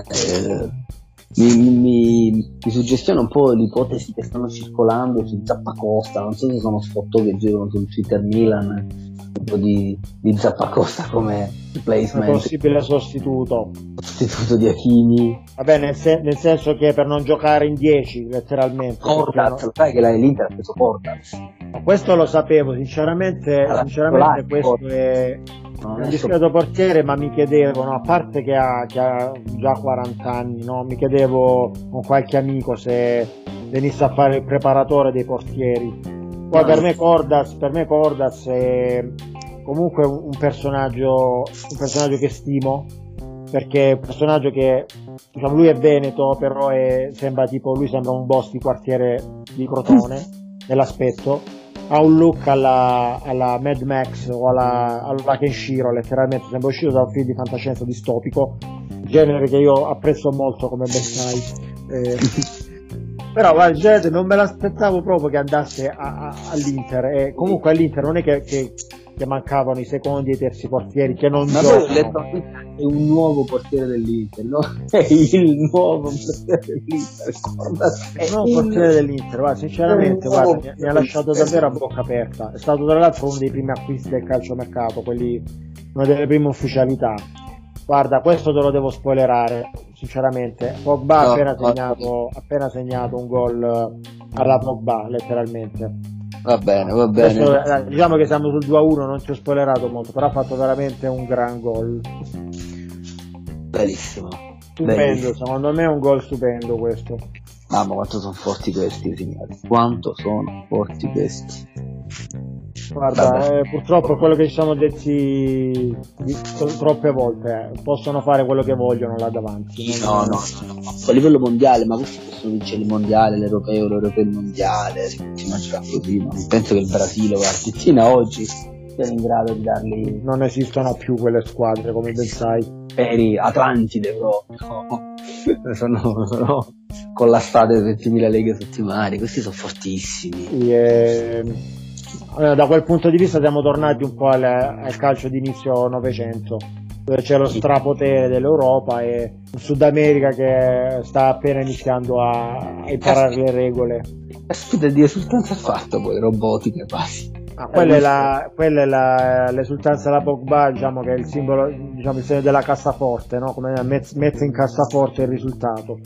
Mi suggestiona un po' l'ipotesi che stanno circolando su Zappacosta, non so se sono foto che girano sul Twitter Milan, un po' di Zappacosta come replacement, un possibile sostituto di Hakimi. Vabbè, nel senso che per non giocare in 10 letteralmente. Portas, lo sai che l'Inter ha preso Portas? Questo lo sapevo, sinceramente questo è un discreto portiere, ma mi chiedevo, no, a parte che ha già 40 anni, no, mi chiedevo con qualche amico se venisse a fare il preparatore dei portieri. Poi per me Portas è comunque un personaggio che stimo, perché è un personaggio che, diciamo, lui è veneto, però sembra un boss di quartiere di Crotone nell'aspetto. Ha un look alla Mad Max o alla Kenshiro, letteralmente sembra uscito da un film di fantascienza distopico, genere che io apprezzo molto, come ben sai. Però guarda, non me l'aspettavo proprio che andasse all'Inter, e comunque all'Inter non è che mancavano i secondi e i terzi portieri che non giocano. È un nuovo portiere dell'Inter, no? È il nuovo portiere dell'Inter. È il nuovo portiere dell'Inter, guarda, sinceramente, mi ha lasciato davvero a bocca aperta. È stato tra l'altro uno dei primi acquisti del calciomercato, una delle prime ufficialità. Guarda, questo te lo devo spoilerare, sinceramente. Pogba ha appena segnato un gol alla Pogba, letteralmente. Va bene. Questo, diciamo che siamo sul 2-1, non ti ho spoilerato molto, però ha fatto veramente un gran gol. Bellissimo. Stupendo, secondo me è un gol stupendo questo. Mamma, quanto sono forti questi, signori. Quanto sono forti questi. Guarda, purtroppo quello che ci siamo detti troppe volte, possono fare quello che vogliono là davanti. No. A livello mondiale, ma questi possono vincere il mondiale, l'europeo il mondiale, si continua a giocare così, ma non penso che il Brasile o l'Argentina oggi siano in grado di darli. Non esistono più quelle squadre, come ben sai. Atlantide proprio. Sono collassate 20.000 leghe settimanali, questi sono fortissimi. Da quel punto di vista siamo tornati un po' al calcio di inizio Novecento, dove c'è lo strapotere dell'Europa e il Sud America che sta appena iniziando a imparare le regole. Aspetta, di esultanza ha fatto poi robotica quasi. Quella è l'esultanza della Pogba, diciamo che è il simbolo, diciamo, il segno della cassaforte, no? Come mette in cassaforte il risultato.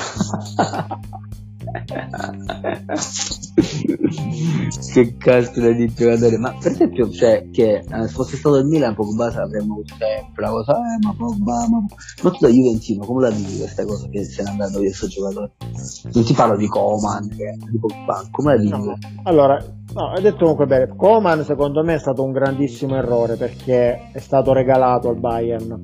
Che caspita di giocatore, ma per esempio, cioè, che se fosse stato il Milan, Pogba avremmo avuto sempre la cosa, ma Pogba, ma tu da Juventino come la vivi questa cosa che se n'è andato via questo giocatore? Non ti parlo di Coman, di Pogba, come la vivi? No. Allora, hai detto comunque bene. Coman secondo me è stato un grandissimo errore, perché è stato regalato al Bayern.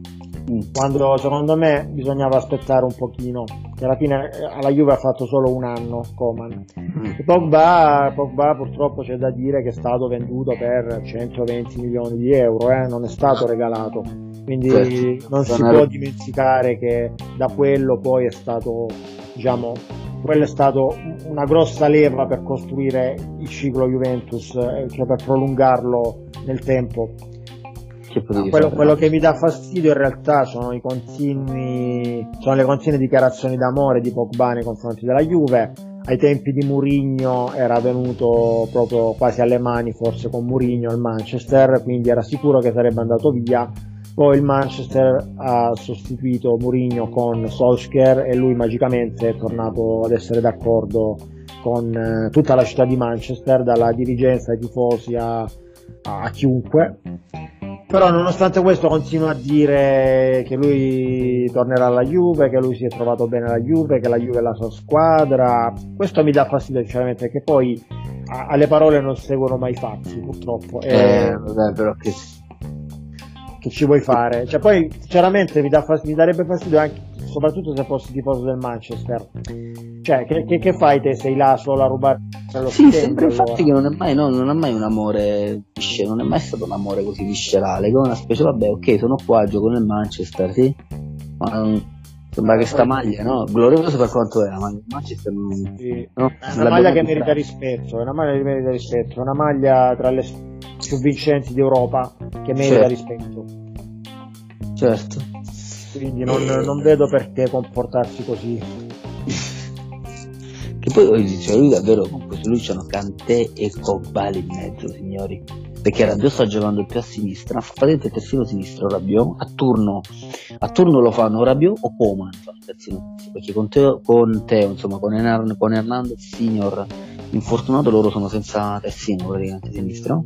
quando secondo me bisognava aspettare un pochino, che alla fine alla Juve ha fatto solo un anno Coman. Pogba purtroppo c'è da dire che è stato venduto per 120 milioni di euro, non è stato regalato, quindi non si può dimenticare che da quello poi è stato, diciamo, quello è stato una grossa leva per costruire il ciclo Juventus, cioè per prolungarlo nel tempo. Quello che mi dà fastidio in realtà sono le continue dichiarazioni d'amore di Pogba nei confronti della Juve. Ai tempi di Mourinho era venuto proprio quasi alle mani, forse con Mourinho al Manchester, quindi era sicuro che sarebbe andato via. Poi il Manchester ha sostituito Mourinho con Solskjaer e lui magicamente è tornato ad essere d'accordo con tutta la città di Manchester, dalla dirigenza ai tifosi a chiunque. Però nonostante questo continua a dire che lui tornerà alla Juve, che lui si è trovato bene alla Juve, che la Juve è la sua squadra. Questo mi dà fastidio sinceramente, perché poi alle parole non seguono mai i fatti, purtroppo. Vabbè, però che ci vuoi fare? Cioè, poi sinceramente mi darebbe fastidio anche, soprattutto se fossi tifoso del Manchester. Cioè, che fai te? Sei là solo a rubare lo sì, stipendio? sembra infatti che non è mai un amore non è mai stato un amore così viscerale, come una specie, vabbè, ok, sono qua, gioco nel Manchester, sì, ma sembra che sta maglia, no? Glorioso per quanto è, ma il Manchester sì. No? È una maglia che merita rispetto, è una maglia tra le più vincenti d'Europa che merita rispetto. Certo. Quindi non vedo perché comportarsi così. Che poi lui davvero, con questo lui c'hanno Kanté e Pogba in mezzo, signori, perché Rabiot sta giocando più a sinistra, fa praticamente il terzino sinistro Rabiot, a turno lo fanno Rabiot o Coman fa il terzino sinistro, perché con Teo, insomma, con Hernandez Senior infortunato, loro sono senza terzino praticamente sinistro.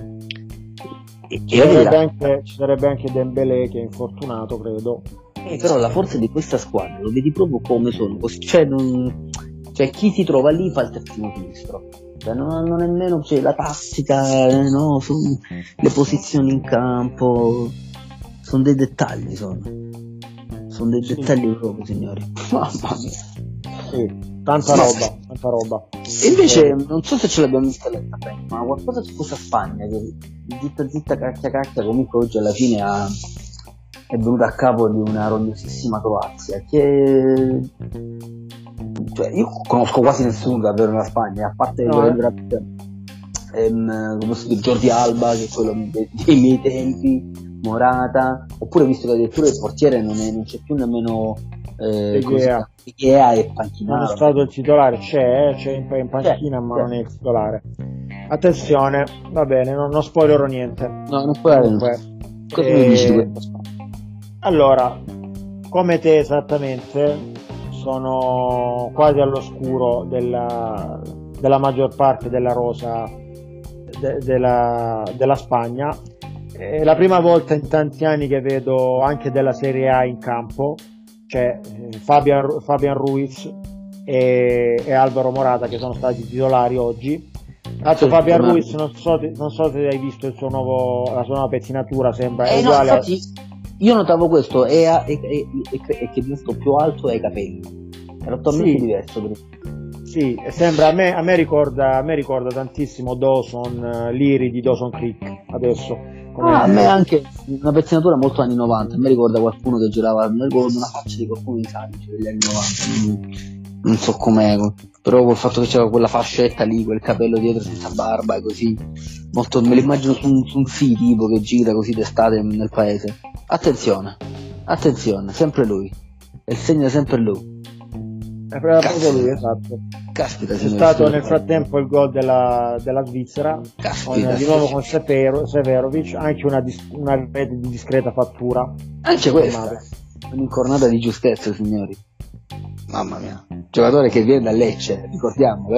Ci sarebbe anche Dembélé che è infortunato, credo. Però la forza di questa squadra lo vedi proprio come sono, cioè chi si trova lì fa il terzino sinistro, cioè non è nemmeno la tattica, no, sono le posizioni in campo, sono dei dettagli, sono dei dettagli proprio, signori. Mamma mia. Sì, tanta roba. E invece non so se ce l'abbiamo vista letta, ma qualcosa su questa Spagna che zitta cacchia comunque oggi alla fine è venuta a capo di una rognosissima Croazia che, cioè, io conosco quasi nessuno davvero nella Spagna, a parte Jordi Alba, che è quello dei miei tempi, Morata, oppure visto che addirittura il portiere non c'è più nemmeno Igea e Panchinaro. Non è stato il titolare, c'è in panchina, ma non è il titolare. Attenzione, va bene, non spoilerò niente. No, non spoilerò niente. Cosa mi dici di questo? Allora, come te esattamente, sono quasi all'oscuro della maggior parte della rosa della Spagna. È la prima volta in tanti anni che vedo anche della Serie A in campo, c'è Fabian Ruiz e Alvaro Morata che sono stati titolari oggi. Fabian Ruiz non so se hai visto la sua nuova pettinatura, sembra uguale. Infatti, io notavo questo, è che è visto più alto ai capelli, è totalmente diverso. Sì, sembra, a me ricorda tantissimo Dawson, Leary di Dawson Creek adesso. A me anche una pettinatura molto anni 90, a me ricorda qualcuno che girava, mi ricordo una faccia di qualcuno di Salice degli anni 90, non so com'è, però col fatto che c'era quella fascetta lì, quel capello dietro senza barba e così, molto, me l'immagino su un sì tipo che gira così d'estate nel paese. Attenzione, sempre lui, e il segno è sempre lui. È proprio lui, esatto. Caspita, c'è stato nel frattempo il gol della Svizzera, di nuovo con Severovic, anche una rete di discreta fattura. Anche questa, un'incornata di giustezza, signori. Mamma mia, giocatore che viene da Lecce, ricordiamo.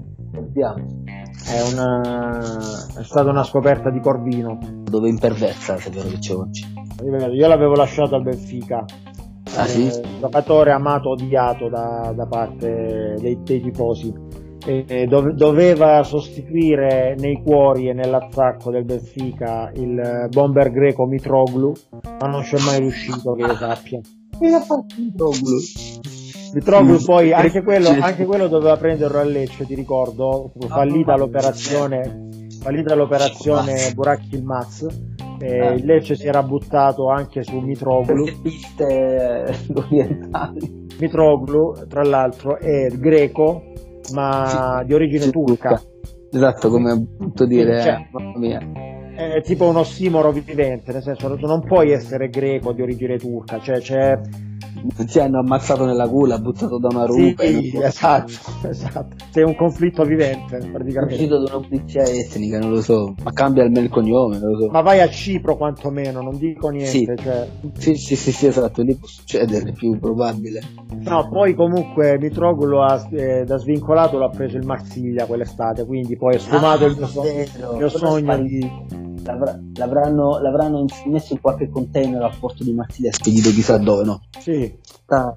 È stata una scoperta di Corvino. Dove imperversa Severovic oggi. Io l'avevo lasciato al Benfica. Sì? Giocatore amato, odiato da parte dei tifosi. doveva sostituire nei cuori e nell'attacco del Benfica il bomber greco Mitroglou, ma non c'è mai riuscito che io sappia. Che ha fatto Mitroglou poi anche quello doveva prenderlo a Lecce, ti ricordo, fallita l'operazione Burak Yilmaz. Il Lecce si era buttato anche su Mitroglou. Piste orientali. Mitroglou, tra l'altro, è greco, ma di origine turca. Esatto, come appunto dire, cioè, mamma mia. È tipo un ossimoro vivente, nel senso tu non puoi essere greco di origine turca, cioè c'è... Ti hanno ammazzato nella culla, buttato da una rupe. Sì, esatto. Sei un conflitto vivente, È praticamente. uscito da una pulizia etnica, non lo so, ma cambia almeno il cognome, non lo so. Ma vai a Cipro quantomeno, non dico niente. Sì. Cioè... Sì, esatto, lì può succedere, è più probabile. No, poi comunque Mitroglou da svincolato l'ha preso il Marsiglia quell'estate, quindi poi è sfumato il mio sogno di... L'avranno messo in qualche container al porto di Marsiglia, spedito chissà dove, no? Sì. Sta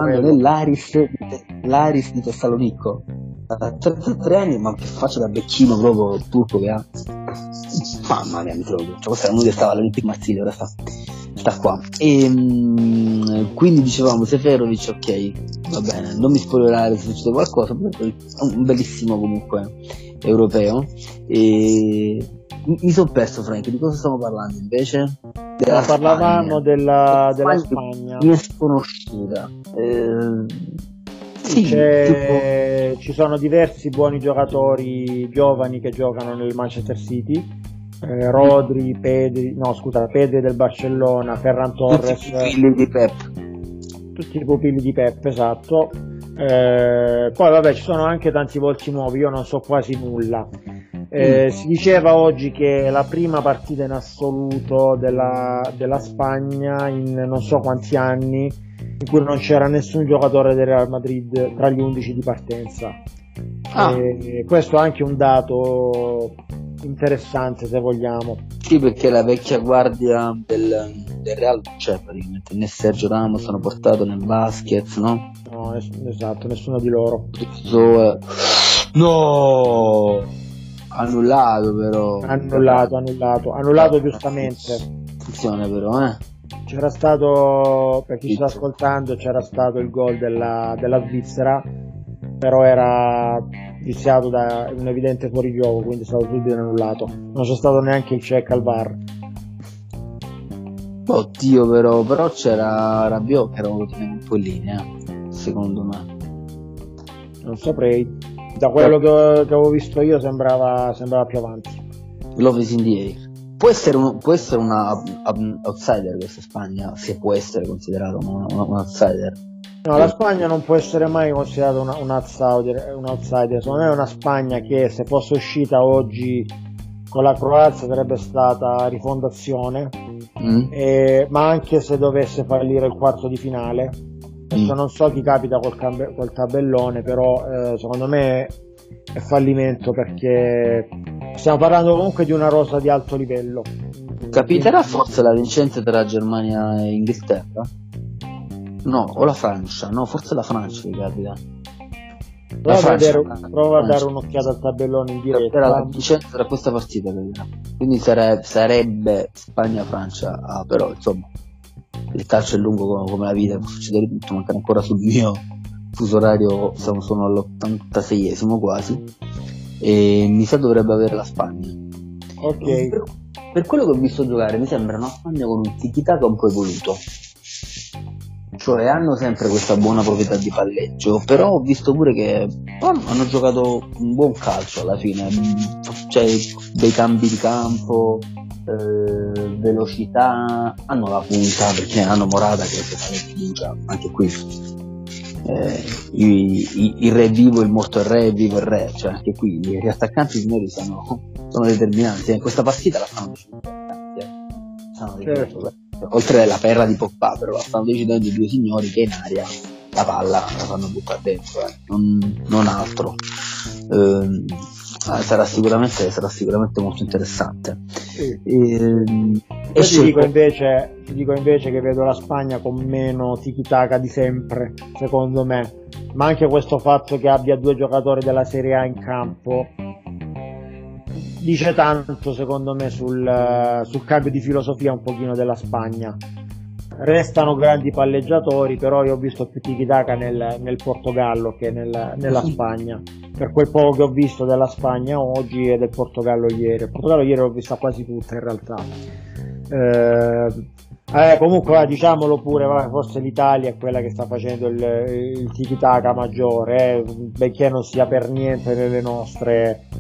nell'Aris di Tessalonicco, ha 33 anni, ma che faccia da becchino proprio turco che ha. Mamma mia, Mitroglou, cioè questo era uno che stava all'Olympique Marsiglia, ora sta qua. E quindi dicevamo Seferovic, ok, va bene, non mi spoilerare se succede qualcosa, è un bellissimo comunque europeo. E mi sono perso, Frank, di cosa stiamo parlando invece? Parlavamo della Spagna. Mi è sconosciuta. Sì, ci sono diversi buoni giocatori giovani che giocano nel Manchester City. Rodri, Pedri del Barcellona, Ferran Torres, tutti i figli di Pep. Tutti i pupilli di Pep, esatto. Poi vabbè, ci sono anche tanti volti nuovi, io non so quasi nulla. Si diceva oggi che la prima partita in assoluto della Spagna in non so quanti anni in cui non c'era nessun giocatore del Real Madrid tra gli 11 di partenza. Questo è anche un dato interessante, se vogliamo. Sì, perché la vecchia guardia del Real c'è praticamente, né Sergio Ramos hanno portato, né Vasquez, no? No, esatto, nessuno di loro. No! Annullato però. Annullato giustamente. Attenzione però, C'era stato, per chi sta ascoltando, c'era stato il gol della Svizzera, però era viziato da un evidente fuorigioco, quindi è stato subito annullato. Non c'è stato neanche il check al VAR. Oddio, però c'era Rabiot che era un po' in linea, secondo me. Non saprei. Da quello che avevo visto io sembrava più avanti. Love is in the air. Può essere una outsider questa Spagna, se può essere considerato un outsider. No, la Spagna non può essere mai considerata un outsider. Secondo me è una Spagna che se fosse uscita oggi con la Croazia sarebbe stata rifondazione, ma anche se dovesse fallire il quarto di finale. Adesso non so chi capita col tabellone, però secondo me è fallimento, perché stiamo parlando comunque di una rosa di alto livello. Capiterà forse la vincenza tra Germania e Inghilterra? No, o la Francia? No, forse la Francia che capita. Prova a dare un'occhiata al tabellone in diretta. Era la vincenza tra questa partita, quindi sarebbe Spagna-Francia, però insomma il calcio è lungo come la vita, può succedere tutto, mancano ancora sul mio fuso orario, sono all'86esimo quasi, e mi sa dovrebbe avere la Spagna. Ok. Per quello che ho visto giocare mi sembra una Spagna con un tiki-taka un po' evoluto, cioè hanno sempre questa buona proprietà di palleggio, però ho visto pure che hanno giocato un buon calcio alla fine, cioè dei cambi di campo, velocità, hanno la punta perché hanno Morata che fa la fiducia, anche qui il re vivo, il morto è re, vivo il re, cioè anche qui gli attaccanti signori sono determinanti, in questa partita la stanno decidendo, oltre alla perla di Pogba, però la stanno decidendo i due signori che in aria la palla la fanno buttare dentro, non altro. Sarà sicuramente molto interessante. Sì. Ti dico invece che vedo la Spagna con meno tiki-taka di sempre, secondo me, ma anche questo fatto che abbia 2 giocatori della Serie A in campo dice tanto secondo me sul cambio di filosofia un pochino della Spagna. Restano grandi palleggiatori, però io ho visto più tiki-taka nel Portogallo che nella Spagna, per quel poco che ho visto della Spagna oggi e del Portogallo ieri. Il Portogallo ieri l'ho vista quasi tutta in realtà. Comunque diciamolo pure, forse l'Italia è quella che sta facendo il tiki-taka maggiore, benché non sia per niente nel nostro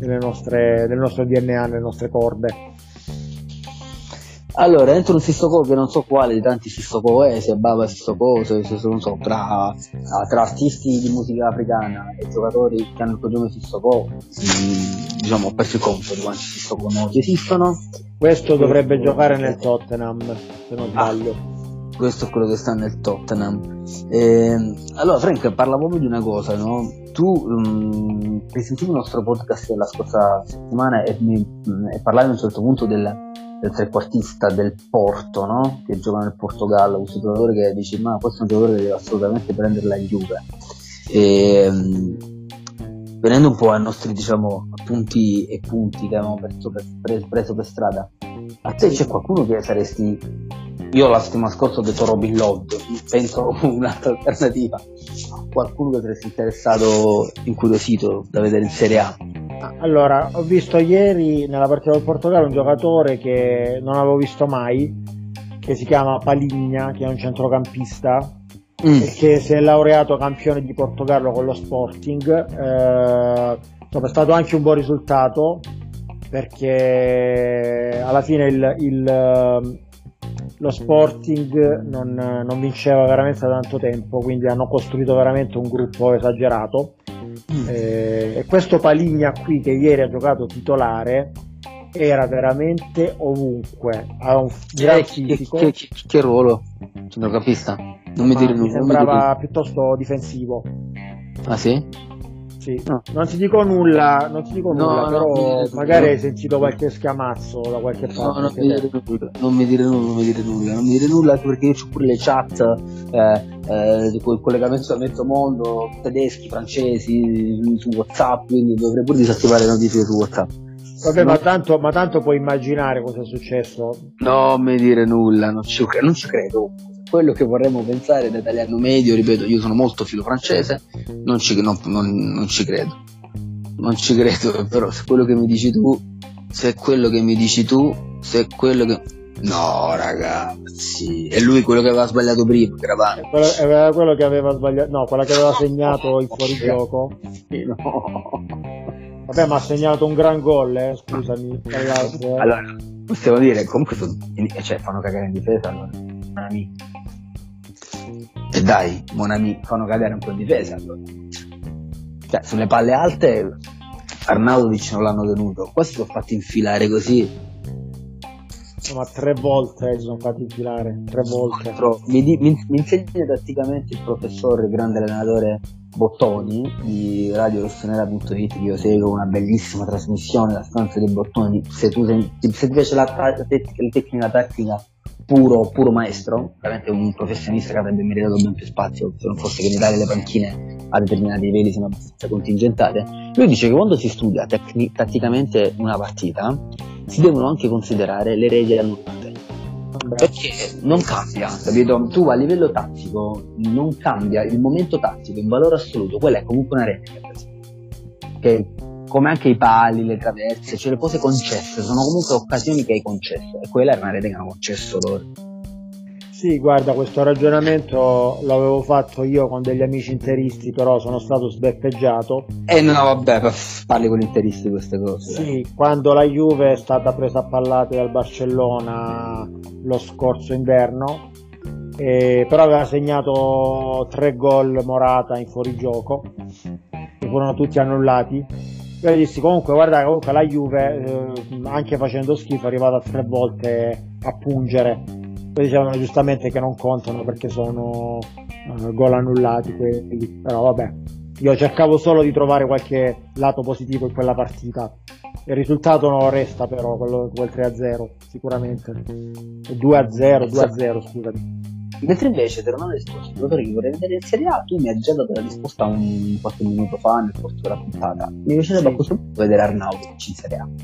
DNA, nelle nostre corde. Allora, entro un Sissoko che non so quale di tanti Sissoko se Baba Sissoko, se non so, tra artisti di musica africana e giocatori che hanno il cognome Sissoko, diciamo ho perso il conto di quanti Sissoko noti esistono. Questo dovrebbe giocare nel Tottenham, se non sbaglio. Questo è quello che sta nel Tottenham. Allora Frank, parlavamo di una cosa, no? Tu risentivi il nostro podcast della scorsa settimana e parlavi a un certo punto del trequartista del Porto, no? Che gioca nel Portogallo, questo giocatore che dici ma questo è un giocatore che deve assolutamente prendere la Juve. Venendo un po' ai nostri, diciamo, appunti che abbiamo preso per strada, a te c'è qualcuno che saresti... Io la settimana scorsa ho detto Robin Lod, penso un'altra alternativa, qualcuno che saresti interessato, incuriosito da vedere in Serie A. Allora, ho visto ieri nella partita del Portogallo un giocatore che non avevo visto mai, che si chiama Paligna, che è un centrocampista e che si è laureato campione di Portogallo con lo Sporting. È stato anche un buon risultato, perché alla fine lo Sporting non vinceva veramente da tanto tempo, quindi hanno costruito veramente un gruppo esagerato. E questo Paligna qui, che ieri ha giocato titolare, era veramente ovunque, ha un gran fisico. Che ruolo? Centrocampista? Non mi dire nulla. Mi sembrava piuttosto difensivo. Ah sì? Sì. No. Non ti dico nulla, però magari hai sentito qualche schiamazzo da qualche parte. Non mi dire nulla, anche perché io ho pure le chat il collegamento a mezzo mondo, tedeschi, francesi su WhatsApp, quindi dovrei pure disattivare le notifiche su WhatsApp. Vabbè, no. ma tanto puoi immaginare cosa è successo. Non mi dire nulla, non ci credo. Quello che vorremmo pensare da italiano medio, ripeto, io sono molto filo francese, non ci credo, però se quello che mi dici tu, no ragazzi, è lui quello che aveva sbagliato prima, Gravano. Era quello che aveva sbagliato, no, quella che aveva segnato il fuorigioco. No. Vabbè, ma ha segnato un gran gol, scusami. Allora, possiamo dire, comunque fanno cagare in difesa, allora. E dai, Monami, fanno cagare un po' in difesa, allora. Cioè, sulle palle alte Arnautovic non l'hanno tenuto, qua si sono fatti infilare così. No, ma 3 volte si sono fatti infilare, 3 volte. Mi insegna tatticamente il professor, il grande allenatore Bottoni di radiorossonera.it, che io seguo, una bellissima trasmissione, La stanza dei Bottoni. Se ti piace la tecnica tattica, puro maestro, veramente un professionista che avrebbe meritato ben più spazio, se non fosse che in Italia le panchine a determinati livelli sono abbastanza contingentate. Lui dice che quando si studia tatticamente una partita si devono anche considerare le regole annullate, perché non cambia, capito? Tu a livello tattico non cambia il momento tattico in valore assoluto, quella è comunque una regola, che come anche i pali, le traverse, cioè le cose concesse sono comunque occasioni che hai concesso, e quella è una rete che hanno concesso loro. Sì, guarda, questo ragionamento l'avevo fatto io con degli amici interisti, però sono stato sbeffeggiato. No, vabbè, parli con gli interisti queste cose. Sì, quando la Juve è stata presa a pallate dal Barcellona lo scorso inverno, però aveva segnato 3 gol Morata in fuorigioco, che furono tutti annullati. Io gli dissi comunque la Juve anche facendo schifo è arrivata 3 volte a pungere. Poi dicevano giustamente che non contano perché sono gol annullati quelli, però vabbè, io cercavo solo di trovare qualche lato positivo in quella partita. Il risultato non resta però quel 3-0 sicuramente, 2-0 scusami. Mentre invece per una risposta giocatore che vorrei vedere in Serie A, tu mi hai già dato la risposta qualche minuto fa nel corso della puntata. Mi piacerebbe a questo punto vedere Arnautovic in Serie A.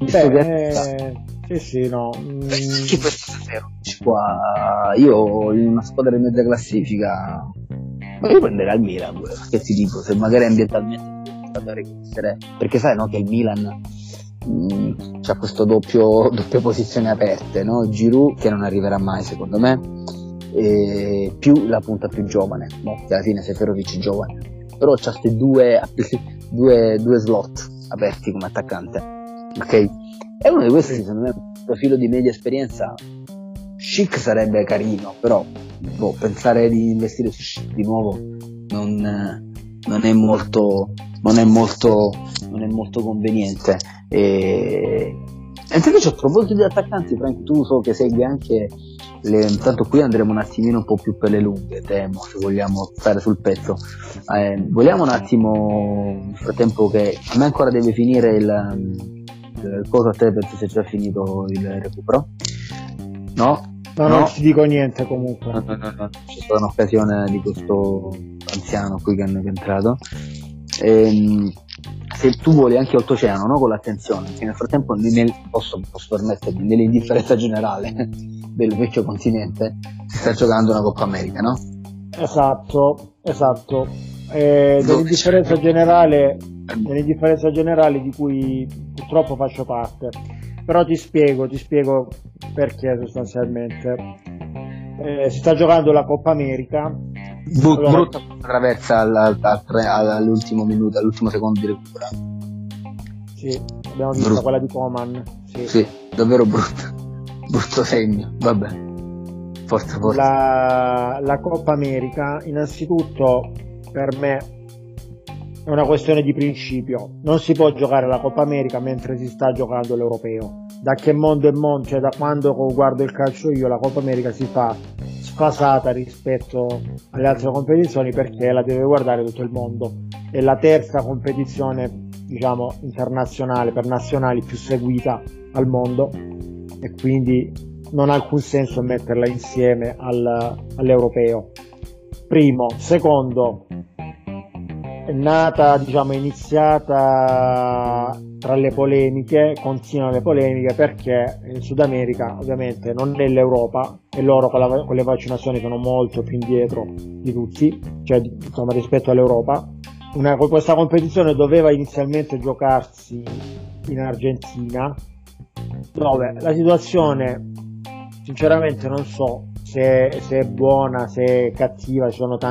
Sì, no. Perché questo Seferovic qua? Io in una squadra di mezza classifica, ma io prenderei il Milan, che ti dico, se magari ambientalmente perché sai, no, che il Milan c'ha questo doppie posizioni aperte, no? Giroud che non arriverà mai secondo me, e più la punta più giovane, no? Che alla fine Seferovic è giovane, però c'ha questi due slot aperti come attaccante, ok? E uno di questi secondo me un profilo di media esperienza Schick sarebbe carino, però pensare di investire su Schick di nuovo non è molto conveniente. E invece a proposito di attaccanti, Frank, tu so che segui anche intanto qui andremo un attimino un po' più per le lunghe, temo, se vogliamo stare sul pezzo. Vogliamo un attimo, nel frattempo che a me ancora deve finire il cosa, a te penso sia già finito il recupero? No, non ti dico niente comunque. No. C'è stata un'occasione di questo anziano qui che è entrato. Se tu voli anche oltreoceano, no, con l'attenzione, che nel frattempo posso permettermi, nell'indifferenza generale del vecchio continente si sta giocando una Coppa America, no? Esatto. Nell'indifferenza generale di cui purtroppo faccio parte, però ti spiego perché sostanzialmente si sta giocando la Coppa America. Brutta traversa all'ultimo minuto, all'ultimo secondo di recupero. Sì, abbiamo visto quella di Coman. Sì, davvero brutto segno. Vabbè, forza. La Coppa America, innanzitutto, per me è una questione di principio. Non si può giocare la Coppa America mentre si sta giocando l'Europeo. Da che mondo è mondo, cioè da quando guardo il calcio io, la Coppa America si fa sfasata rispetto alle altre competizioni perché la deve guardare tutto il mondo. È la terza competizione, diciamo, internazionale per nazionali più seguita al mondo e quindi non ha alcun senso metterla insieme all'Europeo. Primo. Secondo, è iniziata tra le polemiche, continuano le polemiche perché il Sud America ovviamente non è l'Europa e loro con le vaccinazioni sono molto più indietro di tutti, cioè insomma rispetto all'Europa. Questa competizione doveva inizialmente giocarsi in Argentina, dove la situazione sinceramente non so se è buona, se è cattiva, ci sono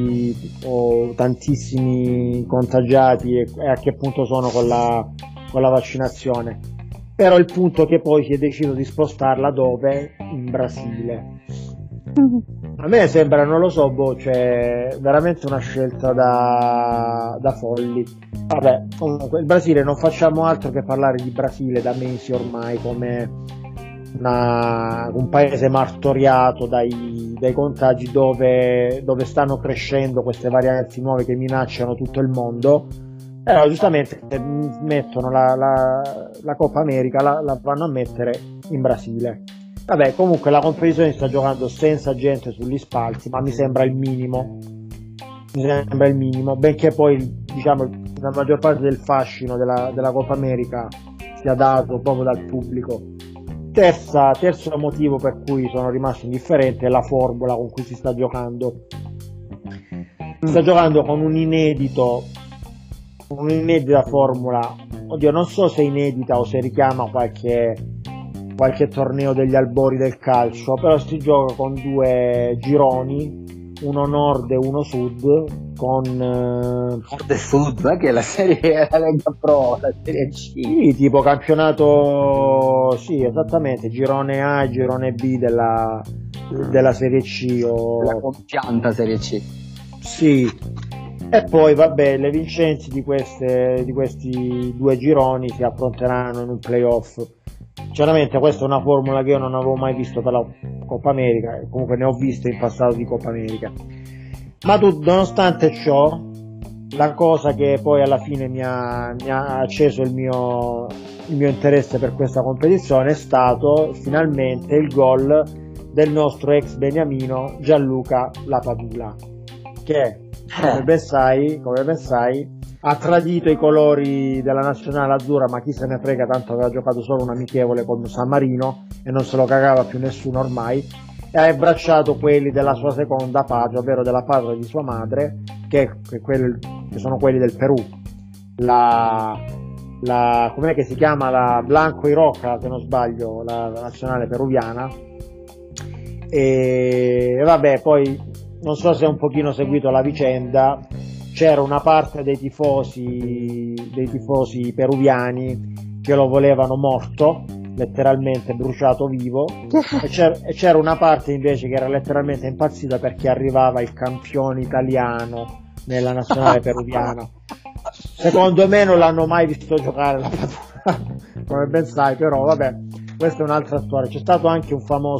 tantissimi contagiati e a che punto sono con la vaccinazione. Però il punto è che poi si è deciso di spostarla dove? In Brasile. A me sembra, non lo so, cioè veramente una scelta da folli. Vabbè, comunque il Brasile, non facciamo altro che parlare di Brasile da mesi ormai come un paese martoriato dai contagi, dove stanno crescendo queste varianti nuove che minacciano tutto il mondo. Però giustamente mettono la Coppa America, la vanno a mettere in Brasile. Vabbè, comunque la competizione sta giocando senza gente sugli spalti, ma mi sembra il minimo, benché poi diciamo la maggior parte del fascino della Coppa America sia dato proprio dal pubblico. Terzo motivo per cui sono rimasto indifferente è la formula con cui si sta giocando. Si sta giocando con un'inedita formula, oddio, non so se inedita o se richiama qualche torneo degli albori del calcio, però si gioca con due gironi, uno nord e uno sud, con Nord e Sud, che è la serie la Lega Pro, la serie C. Sì, tipo campionato, sì, esattamente, girone A e girone B della serie C o la compianta serie C. Sì. E poi vabbè, le vincenti di questi due gironi si affronteranno in un playoff. Sinceramente questa è una formula che io non avevo mai visto per la Coppa America, comunque ne ho viste in passato di Coppa America. Ma nonostante ciò, la cosa che poi alla fine mi ha acceso il mio interesse per questa competizione è stato finalmente il gol del nostro ex beniamino Gianluca Lapadula, che come ben sai ha tradito i colori della nazionale azzurra, ma chi se ne frega, tanto aveva giocato solo un amichevole con San Marino e non se lo cagava più nessuno ormai, e ha abbracciato quelli della sua seconda patria, ovvero della patria di sua madre, che sono quelli del Perù. Com'è che si chiama? La Blanco y Roca, se non sbaglio, la nazionale peruviana. E vabbè, poi non so se ha un pochino seguito la vicenda, c'era una parte dei tifosi peruviani che lo volevano morto, letteralmente bruciato vivo, e c'era una parte invece che era letteralmente impazzita perché arrivava il campione italiano nella nazionale peruviana. Secondo me non l'hanno mai visto giocare la Padula, come ben sai, però vabbè, questa è un'altra storia. C'è stato anche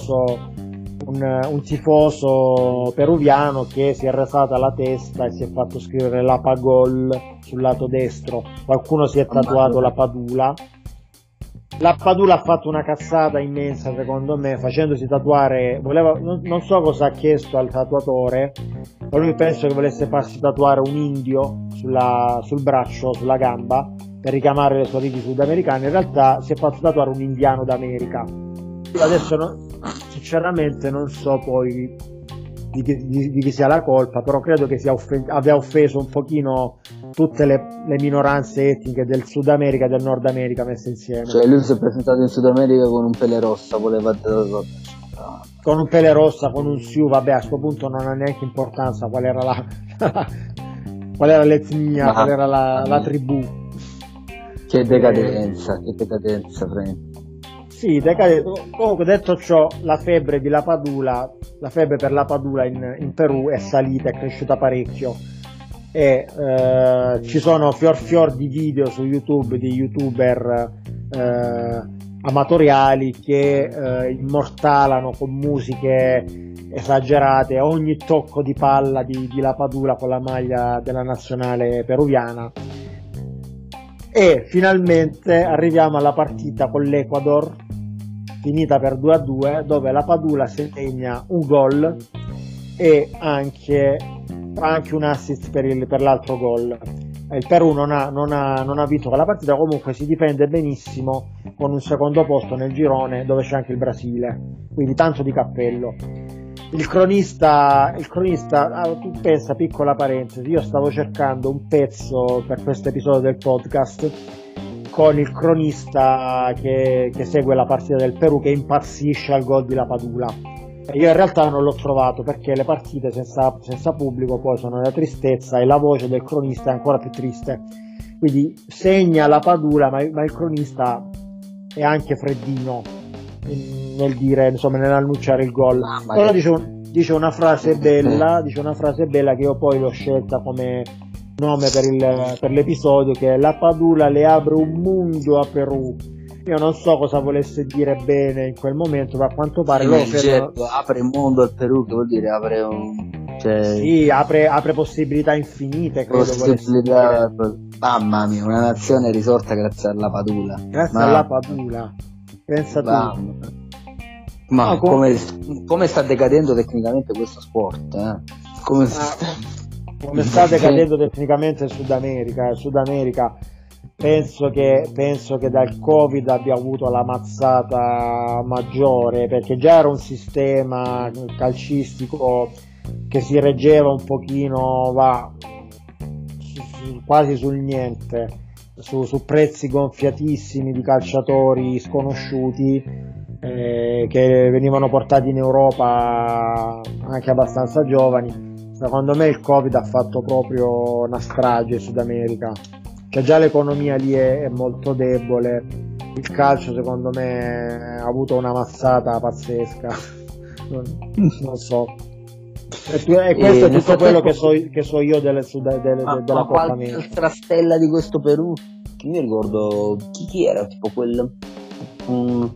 un tifoso peruviano che si è rasata la testa e si è fatto scrivere Lapagol sul lato destro. Qualcuno si è tatuato la Padula. La Padula ha fatto una cazzata immensa, secondo me, facendosi tatuare, non so cosa ha chiesto al tatuatore, ma lui penso che volesse farsi tatuare un indio sul braccio, sulla gamba, per richiamare le sue origini sudamericane. In realtà si è fatto tatuare un indiano d'America. Io adesso sinceramente non so poi di chi sia la colpa, però credo che abbia offeso un pochino tutte le minoranze etniche del Sud America e del Nord America messe insieme. Cioè lui si è presentato in Sud America con un pelle rossa, con un pelle rossa, con un siu, vabbè, a questo punto non ha neanche importanza qual era l'etnia, qual era la tribù. Che decadenza, Frank. Sì, comunque detto ciò, la febbre per la Padula in Perù è salita, è cresciuta parecchio, e ci sono fior di video su YouTube di youtuber amatoriali che immortalano con musiche esagerate ogni tocco di palla di La Padula con la maglia della nazionale peruviana. E finalmente arriviamo alla partita con l'Ecuador, finita per 2-2, dove la Padula segna un gol e anche un assist per l'altro gol. Il Perù non ha vinto quella partita, comunque si difende benissimo con un secondo posto nel girone dove c'è anche il Brasile, quindi tanto di cappello. Il cronista, tu pensa, piccola parentesi, io stavo cercando un pezzo per questo episodio del podcast con il cronista che segue la partita del Perù, che impazzisce al gol di La Padula. E io in realtà non l'ho trovato, perché le partite senza pubblico poi sono una tristezza e la voce del cronista è ancora più triste. Quindi segna La Padula, ma il cronista è anche freddino nel dire, insomma, nell'annunciare il gol. Però dice una frase bella, che io poi l'ho scelta come nome per l'episodio, che è La Padula le apre un mondo a Perù. Io non so cosa volesse dire bene in quel momento, ma a quanto pare apre il mondo al Perù, che vuol dire apre sì, apre possibilità infinite, credo. Mamma mia, una nazione risorta grazie alla Padula. Alla Padula. Pensa tu. Ma come sta decadendo tecnicamente questo sport? Come sta decadendo tecnicamente il Sud America? Penso che dal Covid abbia avuto la mazzata maggiore, perché già era un sistema calcistico che si reggeva un pochino quasi sul niente, su prezzi gonfiatissimi di calciatori sconosciuti che venivano portati in Europa anche abbastanza giovani. Secondo me il Covid ha fatto proprio una strage in Sud America, cioè già l'economia lì è molto debole, il calcio secondo me ha avuto una mazzata pazzesca. non so, e questo è tutto quello che so io della Coppa America. Altra stella di questo Perù, che mi ricordo chi era, tipo un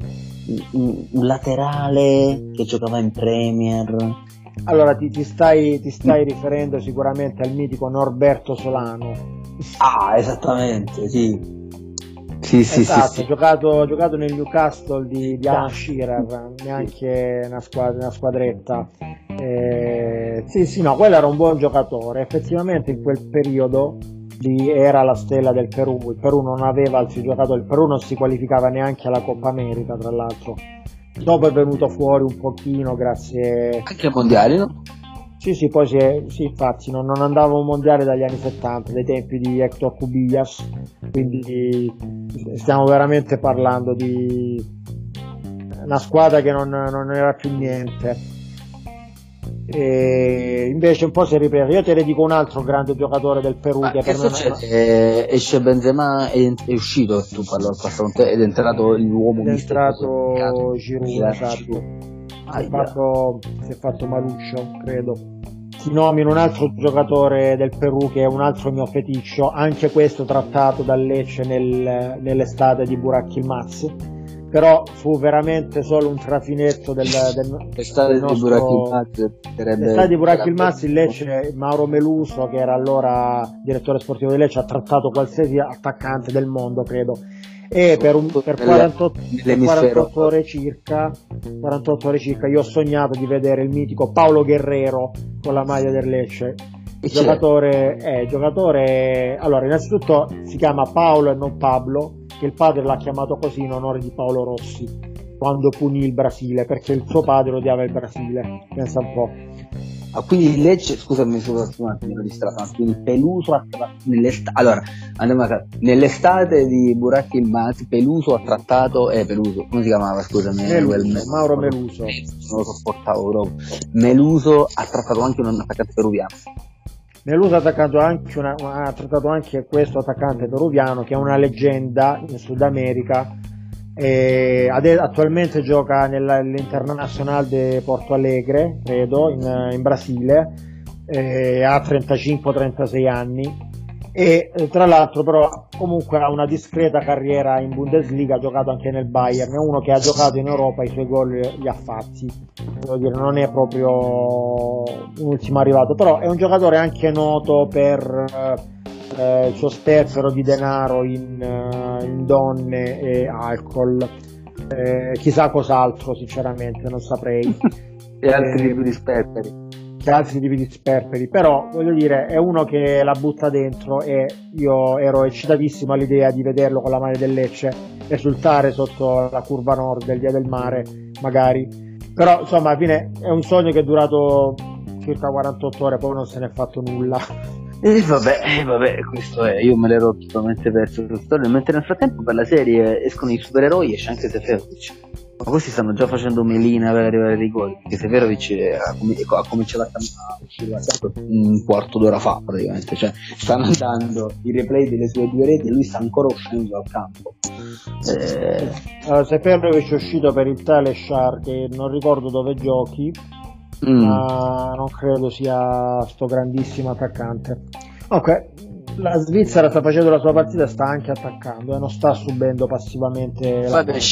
laterale che giocava in Premier. Allora ti stai riferendo sicuramente al mitico Norberto Solano. Esattamente, sì. Esatto, ha giocato nel Newcastle di Alan Shearer, neanche una squadretta. No, quello era un buon giocatore. Effettivamente in quel periodo era la stella del Perù. Il Perù non aveva altri giocatori, il Perù non si qualificava neanche alla Coppa America, tra l'altro. Dopo è venuto fuori un pochino grazie anche ai mondiali, no? Sì, poi infatti non andava un mondiale dagli anni 70, dai tempi di Héctor Cubillas, quindi stiamo veramente parlando di una squadra che non era più niente. E invece un po' si è ripreso. Io te ne dico un altro grande giocatore del Perù che per me esce Benzema, è uscito, tu parlo al passato ed è entrato l'uomo mister, è entrato Giroud, si è fatto maluccio, credo. Ti nomino un altro giocatore del Perù che è un altro mio feticcio, anche questo trattato dal Lecce nell'estate di Burak Yilmaz, però fu veramente solo un trafinetto l'estate di Burak Yilmaz. L'estate di Burak Yilmaz, il Lecce, Mauro Meluso, che era allora direttore sportivo del Lecce, ha trattato qualsiasi attaccante del mondo, credo, e per 48 ore circa io ho sognato di vedere il mitico Paolo Guerrero con la maglia del Lecce. Giocatore, allora innanzitutto si chiama Paolo e non Pablo, che il padre l'ha chiamato così in onore di Paolo Rossi quando punì il Brasile, perché il suo padre odiava il Brasile, pensa un po'. Quindi il Lecce, scusami un attimo, ero distratto, quindi Peluso allora andiamo a casa. Nell'estate di Burak Yilmaz Peluso ha trattato Peluso, come si chiamava, scusami? Mauro Meluso. Non lo sopportavo proprio. Meluso ha trattato anche un attaccante peruviano. Meluso ha trattato anche questo attaccante peruviano che è una leggenda in Sud America. Attualmente gioca nell'Internacional de Porto Alegre, credo, in Brasile, ha 35-36 anni e tra l'altro però comunque ha una discreta carriera in Bundesliga, ha giocato anche nel Bayern, è uno che ha giocato in Europa, i suoi gol li ha fatti, devo dire, non è proprio un ultimo arrivato, però è un giocatore anche noto per il suo sperpero di denaro in donne e alcol, chissà cos'altro, sinceramente non saprei. E altri tipi di sperperi, però voglio dire, è uno che la butta dentro e io ero eccitatissimo all'idea di vederlo con la maglia del Lecce esultare sotto la curva nord del Via del Mare magari, però insomma alla fine è un sogno che è durato circa 48 ore, poi non se n'è fatto nulla. Vabbè, questo è, io me l'ero totalmente perso questa storia, mentre nel frattempo per la serie escono i supereroi e c'è anche Seferovic, ma questi stanno già facendo melina per arrivare ai rigori, perché Seferovic ha cominciato a uscire un quarto d'ora fa praticamente, cioè stanno andando i replay delle sue due reti e lui sta ancora uscendo al campo. Seferovic è uscito per il Teleshar, che non ricordo dove giochi, ma non credo sia sto grandissimo attaccante. Okay, la Svizzera sta facendo la sua partita e sta anche attaccando, non sta subendo passivamente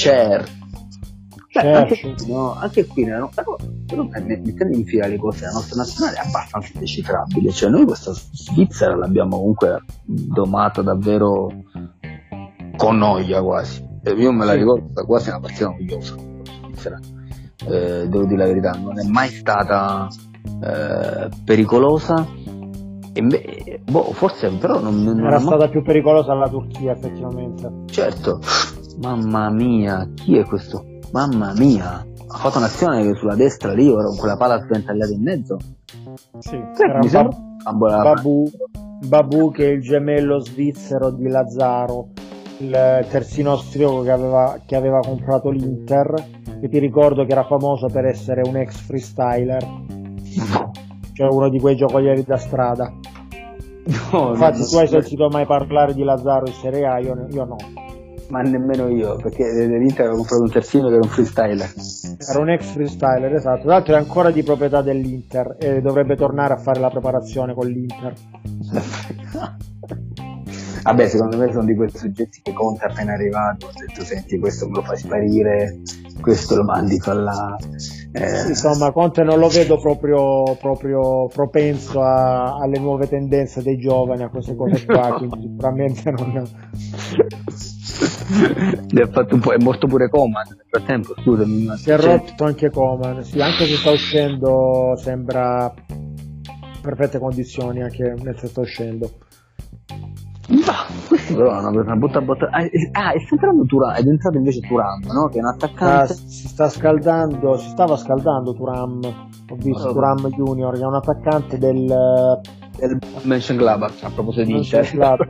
anche qui però mettendo in fila le cose, la nostra nazionale è abbastanza decifrabile, cioè noi questa Svizzera l'abbiamo comunque domata davvero con noia quasi, io me la ricordo quasi una partita noiosa Svizzera. Devo dire la verità, non è mai stata pericolosa e forse però non era stata più pericolosa la Turchia effettivamente. Certo, mamma mia, chi è questo? Mamma mia, ha fatto un'azione sulla destra lì, con quella palla tagliata in mezzo. Sì, era Babu che è il gemello svizzero di Lazzaro, il terzino austriaco che aveva comprato l'Inter, che ti ricordo che era famoso per essere un ex freestyler, cioè uno di quei giocolieri da strada. Infatti tu hai sentito mai parlare di Lazzaro in Serie A? Io no. Ma nemmeno io, perché l'Inter aveva comprato un terzino che era un freestyler. Era un ex freestyler, esatto. Tra l'altro è ancora di proprietà dell'Inter e dovrebbe tornare a fare la preparazione con l'Inter. Vabbè, secondo me sono di quei soggetti che Conte appena arrivato ha detto: senti, questo me lo fai sparire, questo lo mandi con la... Insomma, Conte non lo vedo proprio propenso alle nuove tendenze dei giovani, a queste cose qua, quindi sicuramente non... ha fatto un po', è morto pure Coman nel frattempo, scusami. Si è rotto anche Coman, sì, anche se sta uscendo sembra in perfette condizioni anche mentre sta uscendo. Questo però è una botta. È entrato Thuram, è entrato invece Thuram, no? Che è un attaccante. Si stava scaldando Thuram, ho visto Thuram Junior, che è un attaccante del Mönchengladbach, a proposito di Inter.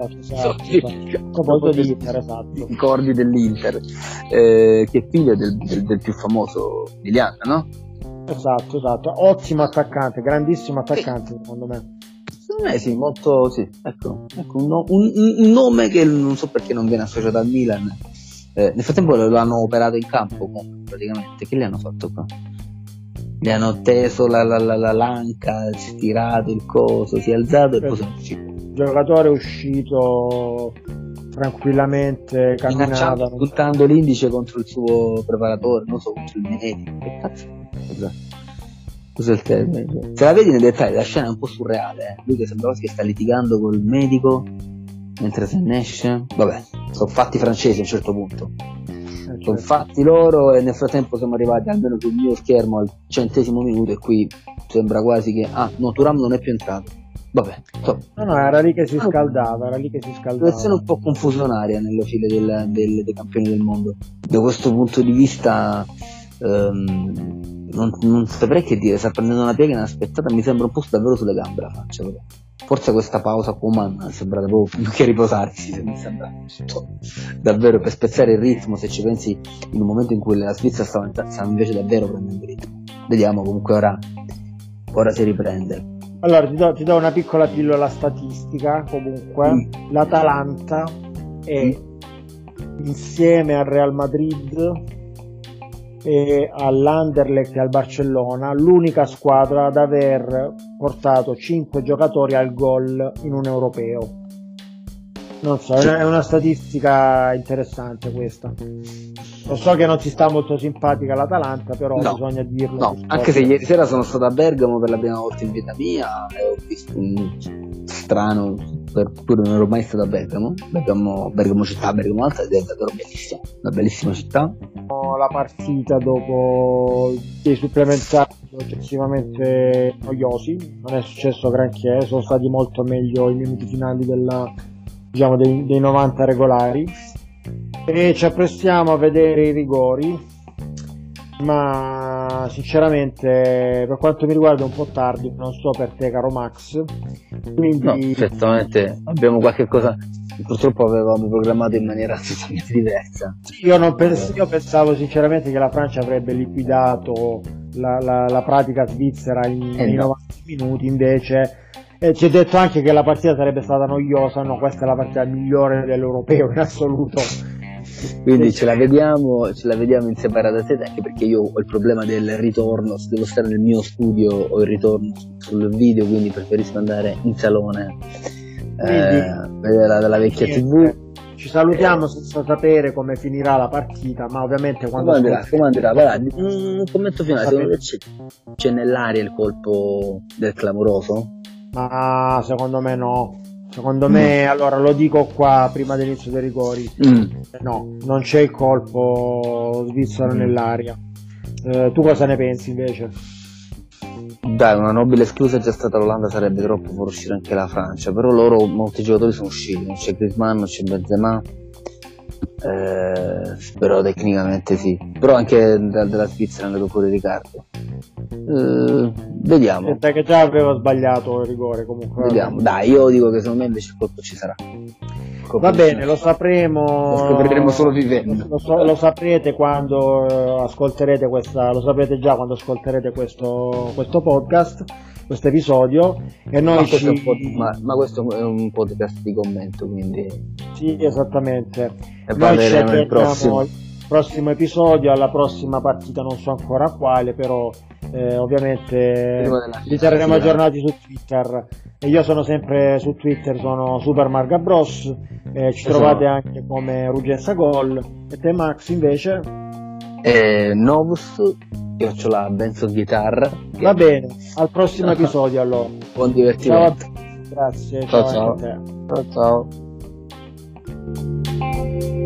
Esatto. I cordi dell'Inter, che è figlio del più famoso Milan, no? Esatto, ottimo attaccante, grandissimo attaccante secondo me. Secondo me sì, molto sì, ecco un nome che non so perché non viene associato al Milan. Nel frattempo lo hanno operato in campo praticamente. Che gli hanno fatto qua? Gli hanno teso l'anca, stirato il coso, si è alzato e poi sono uscito. Il giocatore è uscito tranquillamente, camminava puntando l'indice contro il suo preparatore, non so, contro il Veneti. Che cazzo? Cos'è il termine? Se la vedi nei dettagli, la scena è un po' surreale, lui che sembrava che sta litigando col medico mentre se ne esce. Vabbè, sono fatti francesi a un certo punto, sono fatti loro, e nel frattempo siamo arrivati almeno sul mio schermo al 100° minuto e qui sembra quasi che Thuram non è più entrato. Vabbè, no, era lì che si scaldava. Situazione un po' confusionaria nelle file dei campioni del mondo. Da questo punto di vista non saprei che dire, sta prendendo una piega inaspettata, mi sembra un po' davvero sulle gambe la faccia. Forse questa pausa Koeman sembra proprio più che riposarsi, mi sembra davvero per spezzare il ritmo, se ci pensi, in un momento in cui la Svizzera stava invece davvero prendendo il ritmo. Vediamo, comunque ora si riprende. Allora ti do una piccola pillola statistica. Comunque l'Atalanta è insieme al Real Madrid e all'Anderlecht e al Barcellona l'unica squadra ad aver portato 5 giocatori al gol in un europeo. Non so, è una statistica interessante questa. Lo so che non ti sta molto simpatica l'Atalanta, però bisogna dirlo. No, anche se ieri sera sono stato a Bergamo per la prima volta in vita mia e ho visto un strano, pure non ero mai stato a Bergamo città, Bergamo Alta, ed è davvero bellissima, una bellissima città. La partita dopo dei supplementari eccessivamente noiosi, non è successo granché, sono stati molto meglio i minuti finali dei 90 regolari, e ci apprestiamo a vedere i rigori, ma sinceramente per quanto mi riguarda è un po' tardi, non so per te caro Max, quindi no, certamente abbiamo qualche cosa, purtroppo avevamo programmato in maniera totalmente diversa. Io pensavo sinceramente che la Francia avrebbe liquidato la pratica svizzera in 90 minuti, invece ci è detto anche che la partita sarebbe stata noiosa. No, questa è la partita migliore dell'europeo in assoluto. Quindi ce la vediamo in separata sede, anche perché io ho il problema del ritorno, se devo stare nel mio studio ho il ritorno sul video, quindi preferisco andare in salone vedere dalla vecchia TV. Ci salutiamo senza sapere come finirà la partita, ma ovviamente quando come andrà? Guarda, un commento finale, secondo te c'è nell'aria il colpo del clamoroso? Ma secondo me no. Secondo me, allora lo dico qua prima dell'inizio dei rigori, no, non c'è il colpo svizzero nell'aria. Tu cosa ne pensi invece? Dai, una nobile esclusa è già stata l'Olanda, sarebbe troppo per uscire anche la Francia, però molti giocatori sono usciti, non c'è Griezmann, non c'è Benzema, però tecnicamente sì, però anche della Svizzera è andato fuori Riccardo. Vediamo. Che già aveva sbagliato il rigore comunque. Vediamo, dai, io dico che secondo me invece il colpo ci sarà. Va bene, lo sapremo. Lo scopriremo solo vivendo. Lo saprete quando ascolterete lo saprete già quando ascolterete questo podcast, questo episodio. E noi ma questo è un podcast di commento, quindi. Sì, esattamente. E parleremo il prossimo episodio, alla prossima partita, non so ancora quale, però ovviamente vi terremo aggiornati su Twitter, e io sono sempre su Twitter, sono Super Marga Bros, ci trovate anche come Ruggenza Gol. E te Max invece? Novus Benzo Guitar. Va bene, al prossimo episodio allora. Buon divertimento. Ciao, grazie, ciao a te. Ciao.